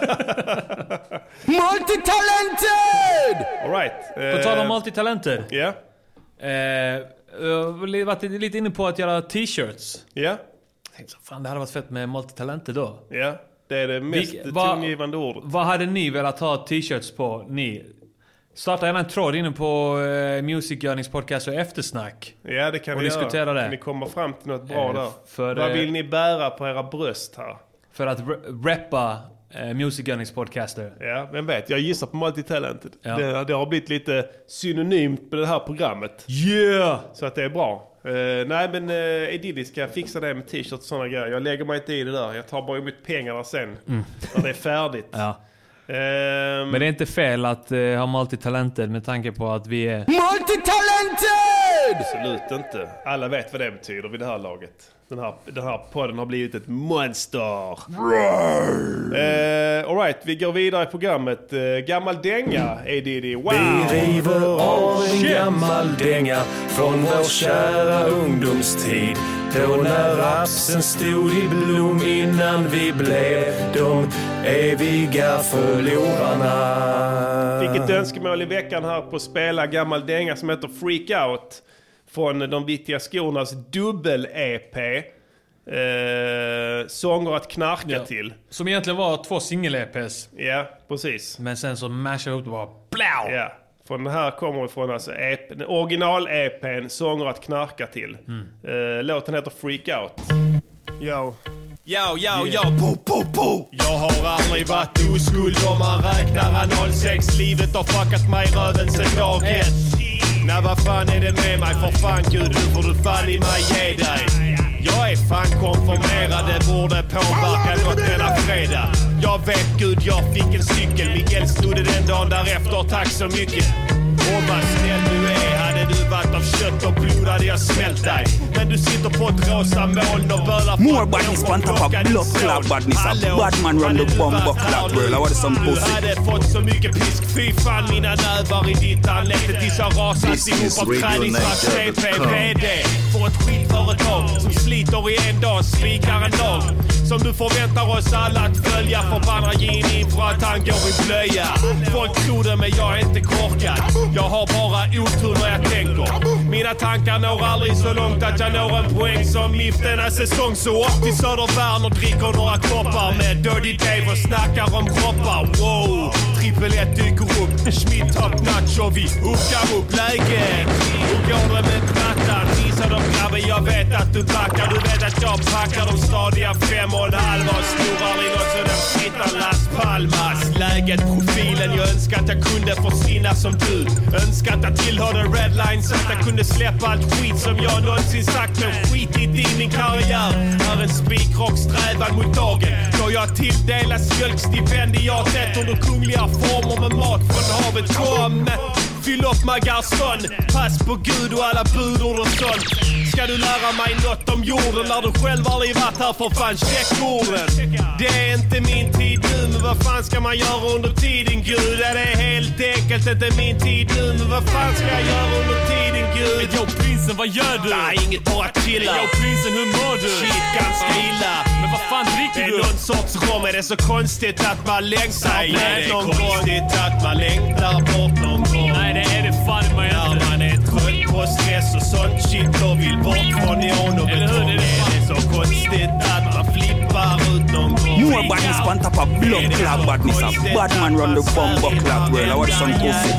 Multitalented! All right. På tal om multitalented. Ja. Jag varit lite inne på att göra t-shirts. Ja. Fan, det hade varit fett med multitalented då. Ja, det är det mest tongivande ordet. Vad hade ni velat ha t-shirts på? Starta gärna en tråd inne på Musikgörningspodcast och eftersnack. Ja, det kan och vi diskutera göra. Det. Kan ni komma fram till något bra där? Vad vill ni bära på era bröst här? För att rappa Musikgörningspodcaster. Ja, vem vet. Jag gissar på multitalented. Ja. Det har blivit lite synonymt med det här programmet. Yeah! Så att det är bra. Nej, men Edidi ska fixa det med t-shirts och sådana grejer. Jag lägger mig inte i det där. Jag tar bara emot pengarna sen. När det är färdigt. Ja. Men det är inte fel att ha multitalented med tanke på att vi är multitalented! Absolut inte. Alla vet vad det betyder vid det här laget. Den här podden har blivit ett monster. All right, vi går vidare i programmet. Gammal dänga, Edidi. Wow! Vi river av en gammal dänga från vår kära ungdomstid. Då när rapsen stod i blom innan vi blev de eviga förlorarna. Fick ett önskemål i veckan här på att spela gammal dänga som heter Freak Out. Från de Vittiga Skornas dubbel-EP. Sånger att knarka till. Som egentligen var 2 singel-EPs. Ja, precis. Men sen så mashade upp det bara blau! Ja, från den här kommer ifrån alltså original-EPn Sånger att knarka till. Låten heter Freak Out. Yo. Po. Jag har aldrig varit oskuld om man räknar 06. Livet har fuckat mig röven sen dag 1. Nej, vad fan är det med mig? För fan Gud, nu får du fan i mig ge dig. Jag är fan konformerad, det borde påverka något denna fredag. Jag vet Gud, jag fick en cykel. Miguel snodde den dagen därefter, tack så mycket. Och vad snäll du är, hade du varit av kött och blod hade jag smält dig. Men du sitter på ett rosa moln och börjar more badness on top of blood clot badness. Badman run the bomb clot world. I want some pussy. Jag hade fått så mycket pisk, fy fan mina nävar i ditt anläte tills jag rasat ihop av träningsvakt CPPD. För ett skitföretag som sliter i en dag, svikar en dag. Som du förväntar oss alla att följa. Förbannar Gini för att han går i blöja. Folk tror det men jag är inte korkad. Jag har bara otur när jag tänker. Mina tankar når aldrig så långt att jag når en poäng som mitt denna säsong. Så upp till Södervärn och dricker några koppar med Dirty Dave och snackar om kroppar. Wow, trippel 1 dyker upp. Schmidt top notch och vi hookar upp läget. Hur går det med plattan? Visar de grabben, jag vet att du backar. Du vet att jag packar de stadiga 5,5 och snorar i något så den fittar Las Palmas. Läget, profilen, jag önskar att jag kunde försvinna som du. Önskar att jag tillhörde Redline så att jag kunde släppa allt skit som jag någonsin sagt. Men skitigt i min karriär är en spikrock strävan mot dagen. Då jag tilldelas mjölkstipendiatet under kungliga former med mat från havet. Kom! Fyll upp Magarson, pass på Gud och alla budord och sånt. Ska du lära mig något om jorden när du själv aldrig varit här för fan, check orden. Det är inte min tid nu, men vad fan ska man göra under tiden Gud? Det är helt enkelt inte min tid nu, men vad fan ska jag göra under tiden Gud? Yo prinsen, vad gör du? Nej, inget, bara chilla. Yo prinsen, hur mår du? Shit, ganska illa. Men vad fan dricker du? Det är någon sorts rom, är det så konstigt att man längtar bort någon gång? Konstigt att man längtar bort någon gång. Nej, det är det fan man inte. När man är trött på stress och sånt shit och vill bort från neon och betong. Är det så konstigt att man flippar ut någon gång? More badness on top of blood clot badness. Badman run the bomb clot world. I want some pussy.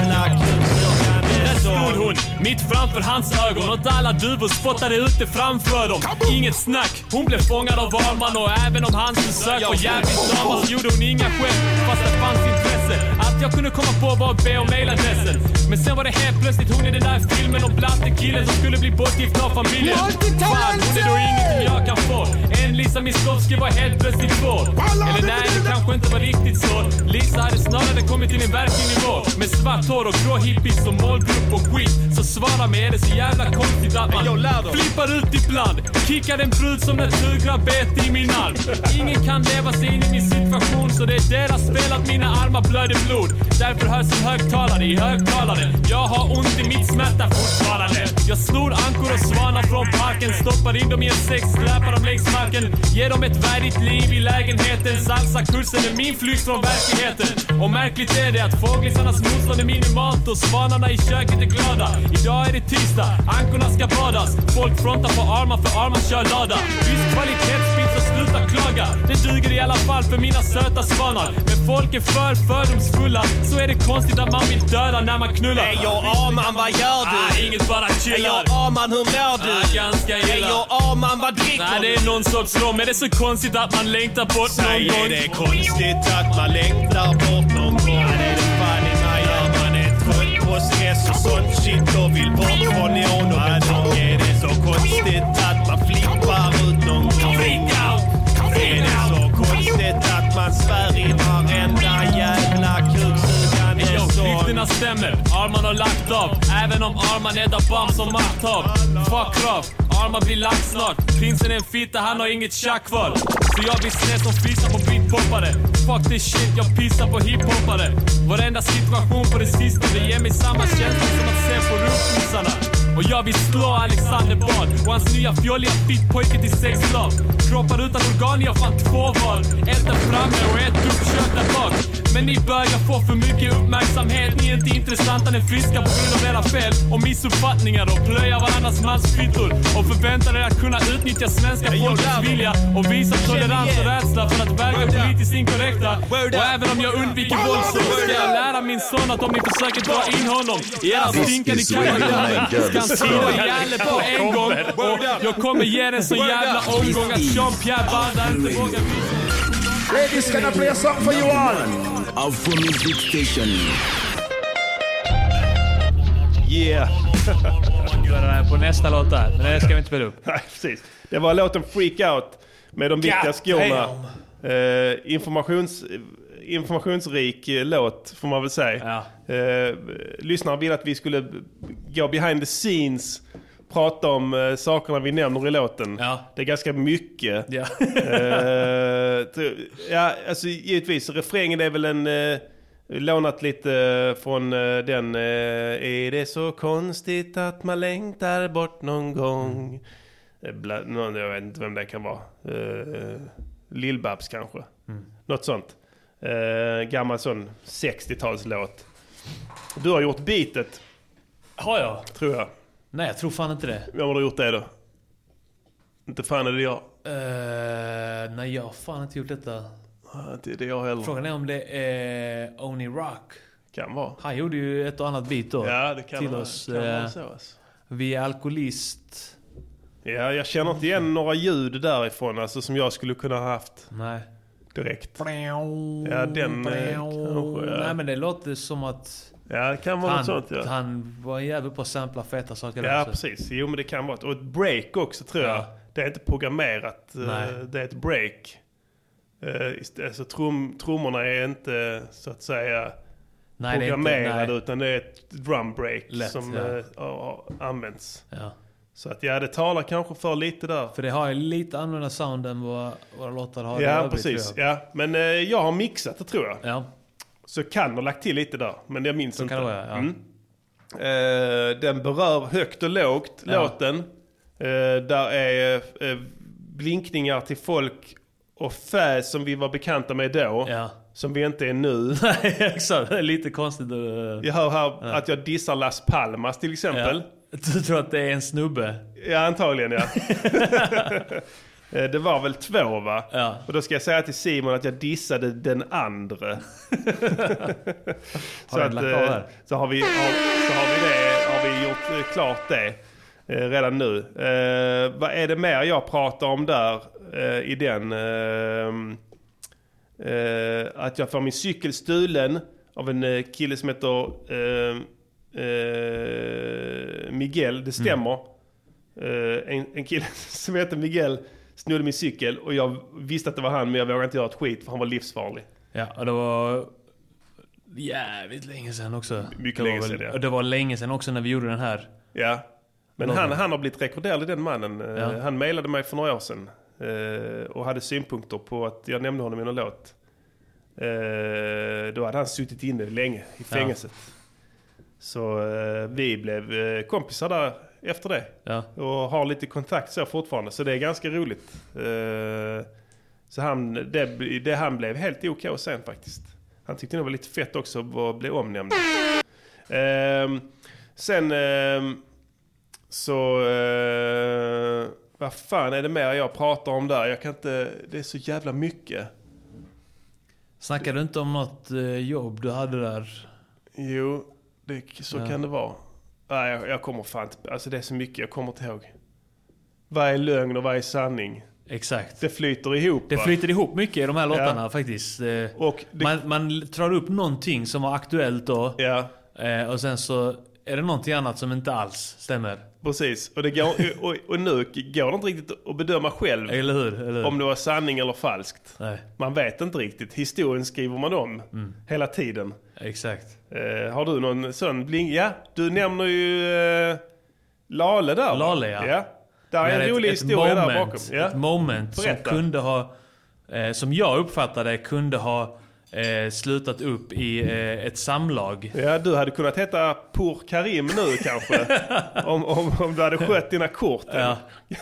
Stod hon mitt framför hans ögon och alla duvor spottade ute framför dem. Inget snack, hon blev fångad av Arman och även om hans försök var jävligt drama så gjorde hon inga skämt fast det fanns intresse. Allt jag kunde komma på var att be om mailadressen. Men sen var det helt plötsligt hon i den där filmen om blatte killen som skulle bli bortgift av familjen. Fan, hon är då ingenting jag kan få. En Lisa Miskovsky var helt plötsligt två. Eller nej, det kanske inte var riktigt så. Lisa hade snarare kommit till en verklig nivå med svart hår och grå hippies som målgrupp och skit. Så svara mig, är det så jävla konstigt att man flippar ut ibland. Kickar en brud som naturgrabbet i min arm. Ingen kan leva sig in i min situation så det är deras fel att mina armar blöder blod. Därför hörs en högtalare i högtalare. Jag har ont i mitt smärta fortfarande. Jag snor ankor och svanar från parken. Stoppar in dem i en sex, släpar dem längs marken. Ger dem ett värdigt liv i lägenheten. Salsa-kursen är min flykt från verkligheten. Och märkligt är det att fåglisarnas motstånd är minimalt och svanarna i köket är glada. Idag är det tisdag, ankorna ska badas. Folk frontar på armar för armar kör lada. Viss kvalitetsbit så sluta klaga. Det duger i alla fall för mina söta svanar. Men folk är för fördomsfulla. Så är det konstigt att man vill döda när man knullar. Hej Arman, vad gör du? Inget, bara chillar. Hej Arman, hur mår du? Ganska illa. Hej Arman, vad dricker du? Nej, det är någon sorts rom. Är det så konstigt att man längtar bort någon gång? Säg, är det konstigt att man längtar bort någon gång? Ja, det är det fan i mig. Man är trött på stress och sånt shit och vill bort från neon och betong. Är det så konstigt att man flippar ut någon gång? Är det så konstigt att man svär i varenda jävla kuksugande sång? Ryktena stämmer, Arman har lagt av. Även om Arman är där bam som makthav. Fuck off, Arman blir lagt snart. Prinsen är en fitta, han har inget tjack kvar. Så jag blir sned som fissar på beatpoppare. Fuck this shit, jag pissar på hiphoppare. Varenda situation på det sista, det ger mig samma känsla som att se på rumpnissarna. Och jag vill slå Alexander Bard och hans nya fjolliga fittpojke till sexslav. Kroppar utan organ, jag fann 2 val. Ett där framme och ett uppkört där bak. Men ni börjar få för mycket uppmärksamhet. Ni är inte intressanta, ni friska på grund av era fel och missuppfattningar och plöja varandras mansfittor. Och förväntar er att kunna utnyttja svenska folkets vilja och visa tolerans och rädsla för att verka politiskt inkorrekta. Och även om jag undviker våld så ska jag lära min son att om ni försöker dra in honom i era stinkande karaktär ska han skriva ihjäl på en gång. Och jag kommer ge den så jävla omgång att Jean-Pierre Banda inte vågar visa. Ladies, can I play a song for you all? Afro Music Station. Yeah. På nästa låt där, men det ska vi inte spela upp. Nej, precis. Det var låten Freak Out med de viktiga skorna. informationsrik låt får man väl säga. Lyssnare vill att vi skulle gå behind the scenes, prata om sakerna vi nämner i låten. Det är ganska mycket. Alltså givetvis, refrängen är väl lånat lite från den är det så konstigt att man längtar bort någon gång. Jag vet inte vem det kan vara. Lill-Babs kanske. Något sånt. Gammal sån 60-talslåt. Du har gjort beatet. Har jag? Tror jag. Nej, jag tror fan inte det. Vem har du gjort det då? Inte fan är det jag. Nej, jag har fan inte gjort detta. Inte det jag heller. Frågan är om det är Oni Rock. Kan vara. Han gjorde ju ett och annat beat då. Ja, det kan till vara. oss. Kan vara så, alltså. Vi är alkoholist. Ja, jag känner inte igen några ljud därifrån alltså, som jag skulle kunna ha haft. Nej. Direkt. Ja, den kanske. Ja. Nej, men det låter som att... Ja, det kan vara något sånt, ja. Han var jävligt på att sampla feta saker. Ja, precis. Jo, men det kan vara. Och ett break också, tror jag. Det är inte programmerat. Det är ett break. Alltså, trummorna är inte, så att säga, programmerade, utan det är ett drum break som används. Ja. Så att det talar kanske för lite där. För det har ju lite annorlunda sound än vad våra låtar har. Ja, precis. Ja. Men jag har mixat det, tror jag. Ja. Så kan ha lagt till lite där, men jag minns inte. Kan det vara, den berör högt och lågt, låten. Där är blinkningar till folk och fäs som vi var bekanta med då. Som vi inte är nu. Nej, exakt. Det är lite konstigt. Jag hör här att jag dissar Las Palmas till exempel. Du tror att det är en snubbe? Ja, antagligen, ja. Det var väl 2, va? Ja. Och då ska jag säga till Simon att jag dissade den andra. så har vi gjort klart det redan nu. Vad är det mer jag pratar om där i den? Att jag får min cykel stulen av en kille som heter Miguel, det stämmer. En kille som heter Miguel snodde min cykel och jag visste att det var han, men jag vågade inte göra ett skit för han var livsfarlig. Ja, och det var jävligt länge sedan också. Mycket länge sedan, ja. Och det var länge sedan också när vi gjorde den här. Ja, men han har blivit rekorderlig, den mannen. Han mejlade mig för några år sedan och hade synpunkter på att jag nämnde honom i någon låt. Då hade han suttit inne länge i fängelset. Så vi blev kompisar där efter det. Och har lite kontakt så fortfarande. Så det är ganska roligt. Så han blev helt OK sen faktiskt. Han tyckte det var lite fett också att bli omnämnd. Sen så vad fan är det mer jag pratar om där? Jag kan inte, det är så jävla mycket. Snackar du inte om något jobb du hade där? Jo, så kan det vara. Nej, jag kommer fan inte, alltså det är så mycket jag kommer inte ihåg. Vad är lögn och vad är sanning? Exakt. Det flyter ihop. Det flyter ihop mycket i de här låtarna faktiskt. Och man drar upp någonting som var aktuellt då. Och sen så är det någonting annat som inte alls stämmer. Precis. Och, det går, och nu går det inte riktigt att bedöma själv. Eller hur? Om det var sanning eller falskt. Nej. Man vet inte riktigt. Historien skriver man om hela tiden. Exakt. Har du någon sån bling? Ja, du nämner ju Lale där. Lale, ja. Där är en rolig historia där bakom. Ett moment som kunde ha, som jag uppfattade kunde ha slutat upp i ett samlag. Ja, du hade kunnat heta Pour Karim nu kanske. om du hade skött dina kort. Ja.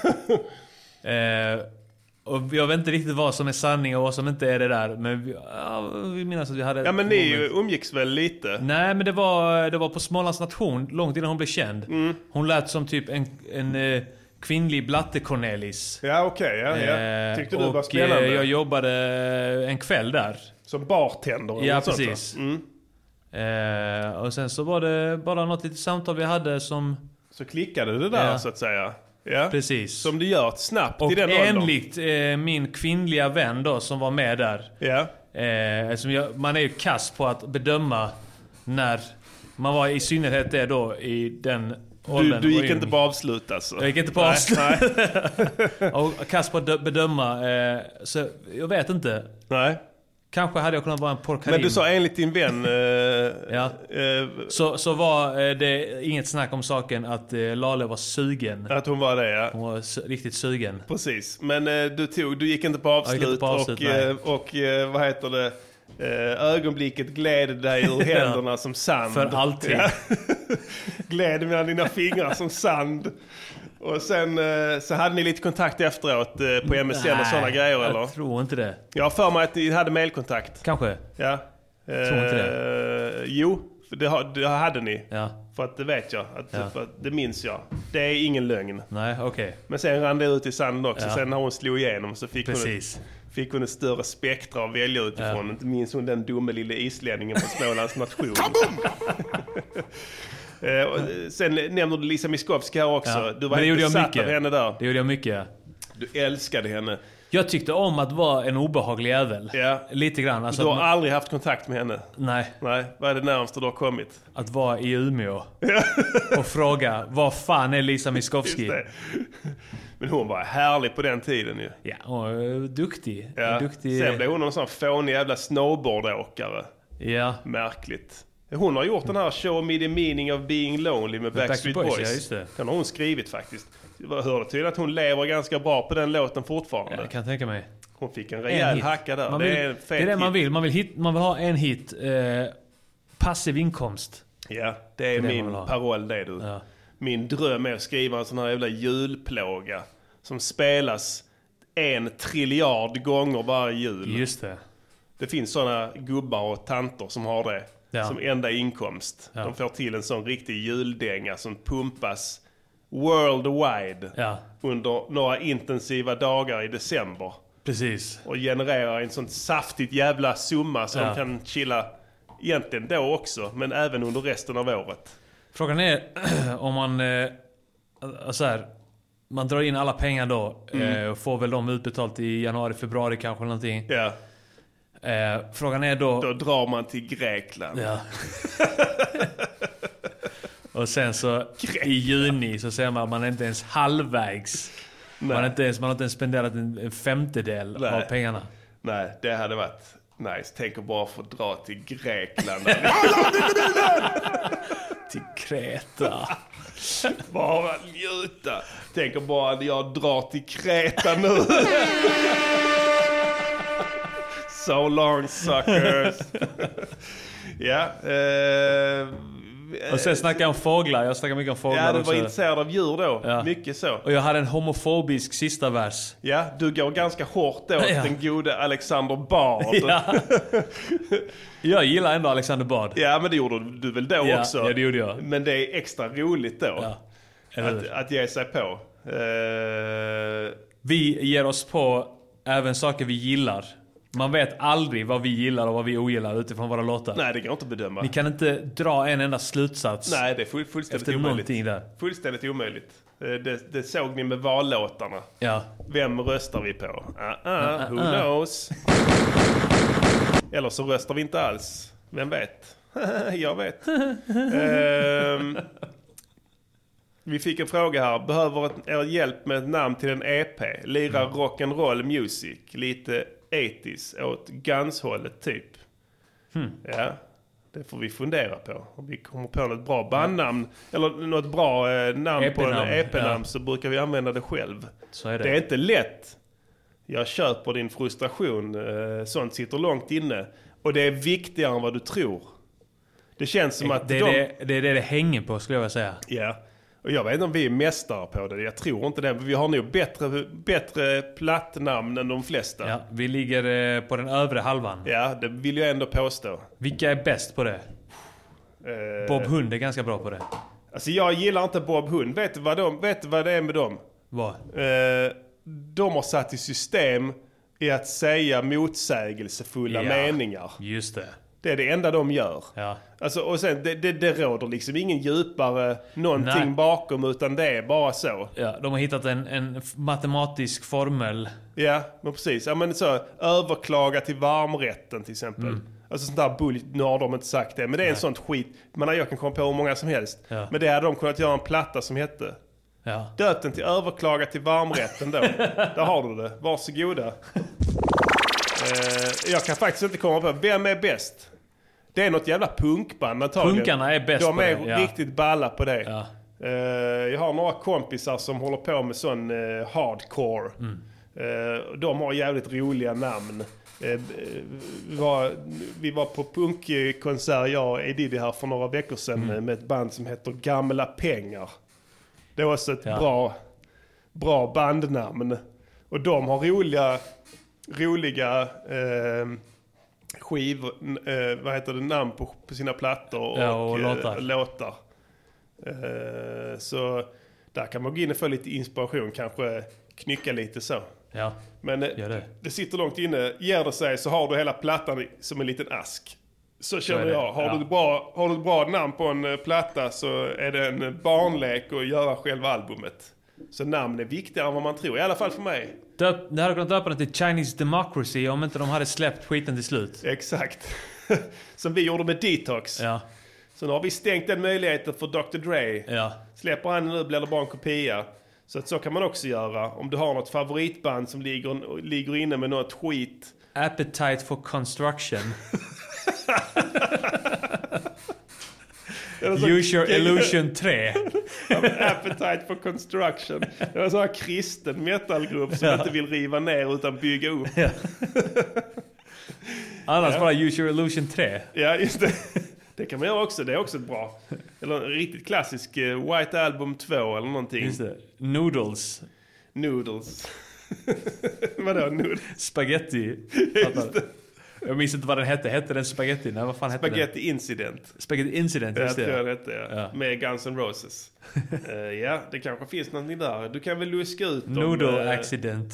Och jag vet inte riktigt vad som är sanning och vad som inte är det där. Men vi minns att vi hade... Ja, men ni umgicks väl lite? Nej, men det var på Smålands nation, långt innan hon blev känd. Hon lät som typ en kvinnlig Blatte Cornelis. Ja, okej. Ja. Tyckte du var spännande? Jag jobbade en kväll där. Som bartender? Ja, precis. Och sen så var det bara något litet samtal vi hade som... Så klickade det där så att säga. Ja, precis. Som det gör snabbt och i den åldern. enligt min kvinnliga vän då som var med där. Man är ju kass på att bedöma när man var i synnerhet det då i den åldern. Du gick inte på avslut alltså? Jag gick inte på avslut. Och kass på att bedöma. Så jag vet inte. Nej. Kanske hade jag kunnat vara en porrkarin. Men du sa enligt din vän... Så var det inget snack om saken att Lale var sugen. Att hon var det, ja. Hon var riktigt sugen. Precis. Men du gick inte på avslut. Och vad heter det? Ögonblicket gled dig ur händerna som sand. För alltid. Ja. Gled mellan dina fingrar som sand. Och sen så hade ni lite kontakt efteråt på MSN och sådana grejer, eller? Jag tror inte det. Jag har för mig att ni hade mailkontakt. Kanske. Ja. Tror inte det. Jo, det hade ni. Ja. För att det vet jag. För att det minns jag. Det är ingen lögn. Nej, okej. Men sen rann det ut i sanden också. Sen när hon slog igenom så fick hon ett större spektra att välja utifrån. Inte minst hon den dumme lilla islänningen på Smålands nation. Sen nämner du Lisa Miskovsky här också. Du var inte satt av henne där. Det gjorde jag mycket. Du älskade henne. Jag tyckte om att vara en obehaglig jävel. Ja. Lite grann. Alltså du har aldrig haft kontakt med henne? Nej. Vad är det närmaste du har kommit? Att vara i Umeå och fråga, vad fan är Lisa Miskovsky? Men hon var härlig på den tiden ju. Ja, hon var duktig. Ja. Duktig. Sen blev hon en sån fånig jävla snowboardåkare. Ja. Märkligt. Hon har gjort den här Show Me the Meaning of Being Lonely med Backstreet Boys. Ja, just det. Den har hon skrivit faktiskt. Jag hörde tydligen att hon lever ganska bra på den låten fortfarande. Ja, jag kan tänka mig. Hon fick en rejäl hacka där. Det är det man vill. Man vill ha en hit. Passiv inkomst. Ja, det är min paroll det du. Ja. Min dröm är att skriva en sån här jävla julplåga som spelas 1 triljard gånger varje jul. Just det. Det finns såna gubbar och tanter som har det som enda inkomst. De får till en sån riktig juldänga som pumpas worldwide under några intensiva dagar i december. Precis. Och genererar en sån saftigt jävla summa som kan chilla egentligen då också, men även under resten av året. Frågan är om man så här, man drar in alla pengar då och får väl de utbetalt i januari, februari kanske någonting. Ja. Frågan är då drar man till Grekland. Ja. Och sen så i juni så ser man är inte ens halvvägs. Man har inte ens spenderat en femtedel av pengarna. Nej, det hade varit nice. Tänk att bara få dra till Grekland. Till Kreta. Bara njuta. Tänk att bara jag drar till Kreta nu. So long suckers. Ja. Och sen snackar jag om fåglar. Jag snackar mycket om fåglar. Ja, du var intresserad av djur då. Ja. Mycket så. Och jag hade en homofobisk sista vers. Ja, du går ganska hårt då den gode Alexander Bard. Ja. Jag gillar ändå Alexander Bard. Ja, men det gjorde du väl då också? Ja, det gjorde jag. Men det är extra roligt då. Ja. Att ge sig på. Vi ger oss på även saker vi gillar. Man vet aldrig vad vi gillar och vad vi ogillar utifrån våra låtar. Nej, det går inte att bedöma. Ni kan inte dra en enda slutsats. Nej, det är fullständigt omöjligt. Där. Fullständigt omöjligt. Det såg ni med vallåtarna. Ja. Vem röstar vi på? Who knows? Eller så röstar vi inte alls. Vem vet? Jag vet. Vi fick en fråga här. Behöver er hjälp med ett namn till en EP? Lira rock'n'roll music. Lite 80s åt Guns-hållet typ. Ja, det får vi fundera på. Om vi kommer på något bra bandnamn eller något bra namn på en EP-namn så brukar vi använda det själv. Så är det. Det är inte lätt. Jag köper din frustration. Sånt sitter långt inne. Och det är viktigare än vad du tror. Det känns som att det är det hänger på, skulle jag vilja säga. Ja. Och jag vet inte om vi är mästare på det. Jag tror inte det. Vi har nog bättre plattnamn än de flesta. Ja, vi ligger på den övre halvan. Ja, det vill jag ändå påstå. Vilka är bäst på det? Bob Hund är ganska bra på det. Alltså jag gillar inte Bob Hund. Vet du vad det är med dem? Vad? De har satt i system i att säga motsägelsefulla meningar. Just det. Det är det enda de gör. Ja. Alltså, och sen, det råder liksom ingen djupare någonting bakom, utan det är bara så. Ja, de har hittat en matematisk formel. Ja, men precis. Ja, men så, överklaga till varmrätten till exempel. Alltså sånt där bullet, nu har de inte sagt det. Men det är en sånt skit. Jag kan komma på hur många som helst. Ja. Men det hade de kunnat göra en platta som hette. Ja. Döpt den till överklaga till varmrätten då. Där har du det. Varsågoda. Jag kan faktiskt inte komma på vem är bäst. Det är något jävla punkband antagligen. Punkarna är bäst de på det. De är riktigt balla på det. Ja. Jag har några kompisar som håller på med sån hardcore. De har jävligt roliga namn. Vi var på punkkonsert, jag och Edidi här för några veckor sedan med ett band som heter Gamla Pengar. Det var också ett bra bandnamn. Och de har roliga namn på sina plattor och låtar. Så där kan man gå in och få lite inspiration, kanske knycka lite så. Ja. Men det sitter långt inne. Ger det sig så har du hela plattan som en liten ask. Så känner jag. Har du ett bra namn på en platta så är det en barnlek att göra själva albumet. Så namn är viktigare än vad man tror. I alla fall för mig. Det hade kunnat döpa den till Chinese Democracy om inte de hade släppt skiten till slut. Exakt. Som vi gjorde med Detox. Ja. Så nu har vi stängt den möjligheten för Dr. Dre. Ja. Släpper han nu blir det bara en kopia. Så kan man också göra. Om du har något favoritband som ligger inne med något skit. Appetite for Construction. Use your illusion 3. Appetite for Construction. Det var en sån här kristen metalgrupp som inte vill riva ner utan bygga upp. Ja. Annars bara Use your illusion 3. Ja, just det. Det kan man göra också. Det är också bra. Eller en riktigt klassisk White Album 2 eller någonting. Just det. Noodles. Vadå noodles? Spaghetti. Jag minns inte vad den hette. Hette den Spaghetti? Nej, vad fan hette Spaghetti den? Incident. Spaghetti Incident, just det. Jag tror det hette, ja. Med Guns N' Roses. Ja, det kanske finns någonting där. Du kan väl luska ut Noodle Accident.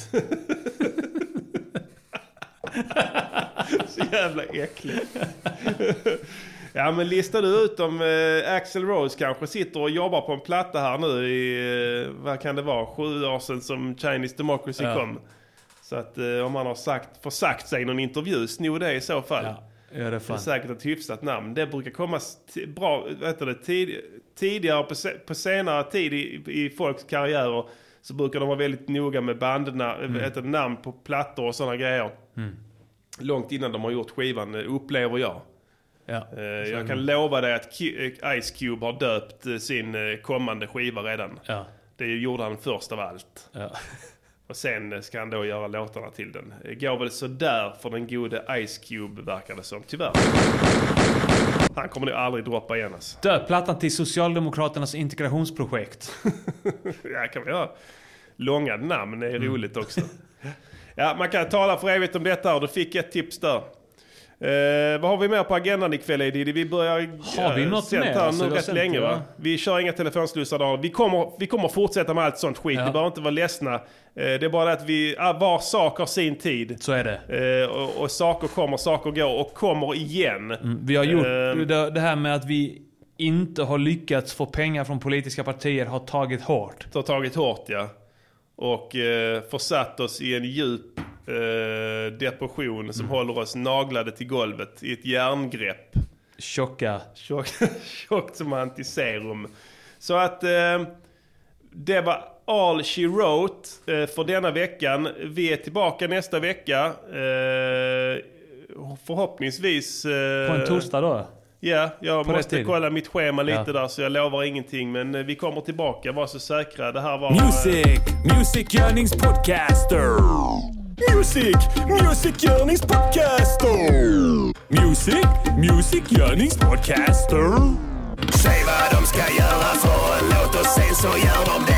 Så jävla äckligt. Ja, men listar du ut om Axl Rose kanske sitter och jobbar på en platta här nu i, vad kan det vara, 7 år sedan som Chinese Democracy kom. Så att om han har försagt sig i någon intervju, snor det i så fall. Ja, det är säkert ett hyfsat namn. Det brukar komma bra, tidigare på senare tid i folks karriärer så brukar de vara väldigt noga med namn på plattor och sådana grejer. Långt innan de har gjort skivan, upplever jag. Ja, jag kan lova dig att Ice Cube har döpt sin kommande skiva redan. Ja. Det gjorde han först av allt. Ja. Och sen ska han då göra låtarna till den. Det går väl så där för den gode Ice Cube, verkar det som, tyvärr. Han kommer nog aldrig droppa igen. Alltså. Döp plattan till Socialdemokraternas integrationsprojekt. Ja, kan vi göra. Långa namn är roligt också. Ja, man kan tala för evigt om detta och du fick ett tips där. Vad har vi mer på agendan ikväll, Edidi? Vi börjar har vi något mer? Här nu rätt länge, va? Vi kör inga telefonslussar då. Vi kommer fortsätta med allt sånt skit. Ni behöver inte vara ledsna. Det är bara att var sak har sin tid. Så är det. Och saker kommer, saker går och kommer igen. Vi har gjort det här med att vi inte har lyckats få pengar från politiska partier har tagit hårt. Det har tagit hårt, ja. Och försatt oss i en djup depression som håller oss naglade till golvet i ett järngrepp. Tjockt som antiserum. Så att det var all she wrote för denna veckan. Vi är tillbaka nästa vecka. Förhoppningsvis på en torsdag då? Ja, jag måste kolla mitt schema lite där så jag lovar ingenting. Men vi kommer tillbaka, var så säkra. Det här var... Musikgörningspodcaster. Musikgörningspodcaster. Säg vad de ska göra för en låt och sen så gör de det.